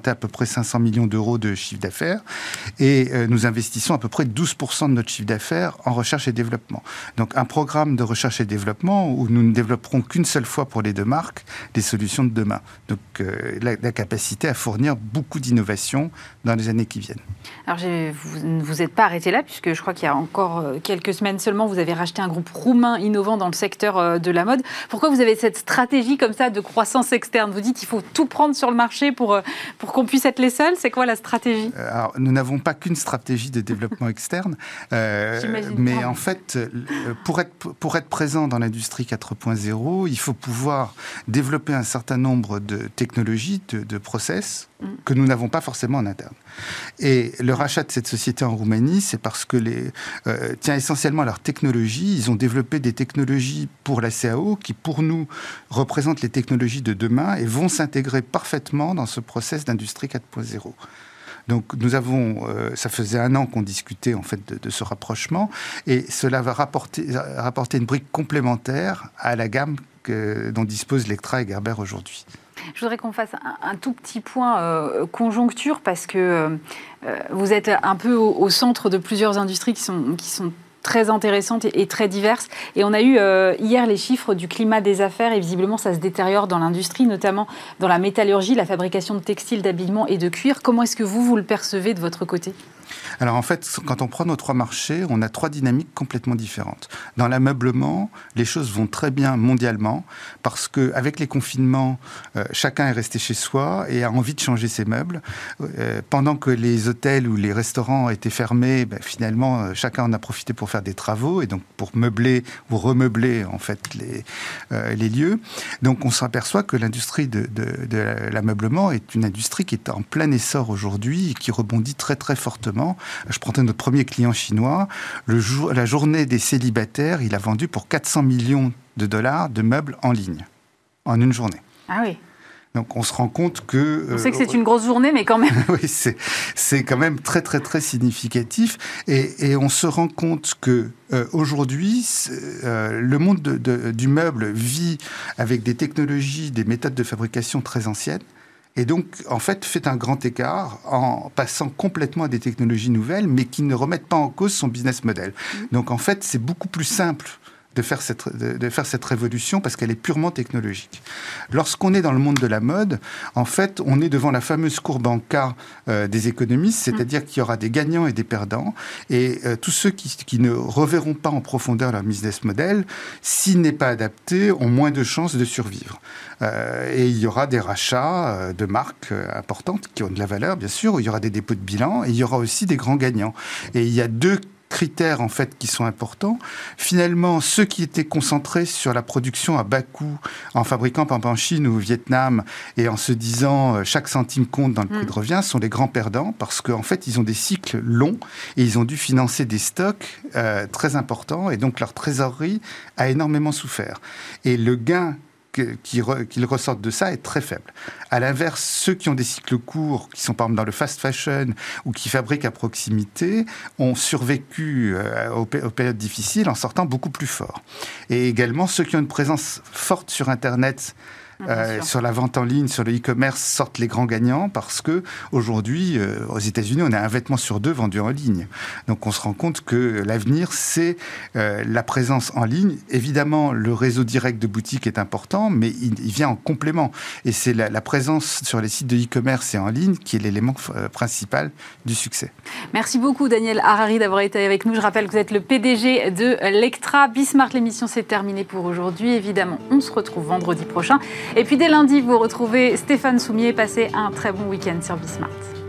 représentait à peu près cinq cents millions d'euros de chiffre d'affaires. Et euh, nous investissons à peu près douze pour cent de notre chiffre d'affaires en recherche et développement. Donc un programme de recherche et développement où nous ne développerons qu'une seule fois pour les deux marques des solutions de demain. Donc euh, la, la capacité à fournir beaucoup d'innovations dans les années qui viennent. Alors vous ne vous êtes pas arrêté là, puisque je crois qu'il y a encore quelques semaines seulement, vous avez racheté un groupe roumain innovant dans le secteur de la mode. Pourquoi vous avez cette stratégie comme ça de croissance externe? Vous dites qu'il faut tout prendre sur le marché pour, pour qu'on puisse être les seuls. C'est quoi la stratégie? Alors, nous n'avons pas qu'une stratégie de développement externe, euh, mais pas. En fait, pour être, pour être présent dans l'industrie quatre point zéro, il faut pouvoir développer un certain nombre de technologies, de, de process, mm. que nous n'avons pas forcément en interne. Et le rachat de cette société en Roumanie, c'est parce que les euh, tient essentiellement à leur technologie. Ils ont développé des technologies pour la C A O qui, pour nous, représentent les technologies de demain et vont s'intégrer parfaitement dans ce process d'industrie quatre point zéro. Donc nous avons, euh, ça faisait un an qu'on discutait en fait de, de ce rapprochement, et cela va rapporter, rapporter une brique complémentaire à la gamme que, dont disposent Lectra et Gerber aujourd'hui. Je voudrais qu'on fasse un, un tout petit point euh, conjoncture, parce que euh, vous êtes un peu au, au centre de plusieurs industries qui sont, qui sont très intéressantes et, et très diverses. Et on a eu euh, hier les chiffres du climat des affaires, et visiblement ça se détériore dans l'industrie, notamment dans la métallurgie, la fabrication de textiles, d'habillement et de cuir. Comment est-ce que vous, vous le percevez de votre côté ? Alors en fait, quand on prend nos trois marchés, on a trois dynamiques complètement différentes. Dans l'ameublement, les choses vont très bien mondialement parce qu'avec les confinements, euh, chacun est resté chez soi et a envie de changer ses meubles. Euh, pendant que les hôtels ou les restaurants étaient fermés, ben, finalement, euh, chacun en a profité pour faire des travaux et donc pour meubler ou remeubler en fait les, euh, les lieux. Donc on s'aperçoit que l'industrie de, de, de l'ameublement est une industrie qui est en plein essor aujourd'hui et qui rebondit très très fortement. Je prenais notre premier client chinois. Le jour, la journée des célibataires, il a vendu pour quatre cents millions de dollars de meubles en ligne, en une journée. Ah oui. Donc on se rend compte que... On sait que c'est euh, une grosse journée, mais quand même... oui, c'est, c'est quand même très, très, très significatif. Et, et on se rend compte que euh, aujourd'hui, euh, le monde de, de, du meuble vit avec des technologies, des méthodes de fabrication très anciennes. Et donc, en fait, fait un grand écart en passant complètement à des technologies nouvelles, mais qui ne remettent pas en cause son business model. Donc, en fait, c'est beaucoup plus simple de faire cette, de, de faire cette révolution parce qu'elle est purement technologique. Lorsqu'on est dans le monde de la mode, en fait, on est devant la fameuse courbe en K euh, des économistes, c'est-à-dire mmh. qu'il y aura des gagnants et des perdants, et euh, tous ceux qui, qui ne reverront pas en profondeur leur business model, s'il n'est pas adapté, ont moins de chances de survivre. Euh, et il y aura des rachats euh, de marques euh, importantes qui ont de la valeur, bien sûr, il y aura des dépôts de bilan, et il y aura aussi des grands gagnants. Et il y a deux critères en fait qui sont importants. Finalement, ceux qui étaient concentrés sur la production à bas coût, en fabriquant par exemple en Chine ou au Vietnam, et en se disant euh, chaque centime compte dans le prix mmh. de revient, sont les grands perdants parce qu'en fait, ils ont des cycles longs et ils ont dû financer des stocks euh, très importants et donc leur trésorerie a énormément souffert. Et le gain Qui, re, qui ressortent de ça est très faible. À l'inverse, ceux qui ont des cycles courts, qui sont par exemple dans le fast fashion ou qui fabriquent à proximité, ont survécu euh, aux, aux périodes difficiles en sortant beaucoup plus fort. Et également, ceux qui ont une présence forte sur Internet, Euh, sur la vente en ligne, sur le e-commerce, sortent les grands gagnants parce que aujourd'hui, euh, aux États-Unis, on a un vêtement sur deux vendu en ligne. Donc, on se rend compte que l'avenir, c'est euh, la présence en ligne. Évidemment, le réseau direct de boutiques est important, mais il, il vient en complément. Et c'est la, la présence sur les sites de e-commerce et en ligne qui est l'élément euh, principal du succès. Merci beaucoup, Daniel Harari, d'avoir été avec nous. Je rappelle que vous êtes le P D G de Lectra. Bismart, l'émission, c'est terminé pour aujourd'hui. Évidemment, on se retrouve vendredi prochain. Et puis dès lundi, vous retrouvez Stéphane Soumier. Passez un très bon week-end sur Bismart.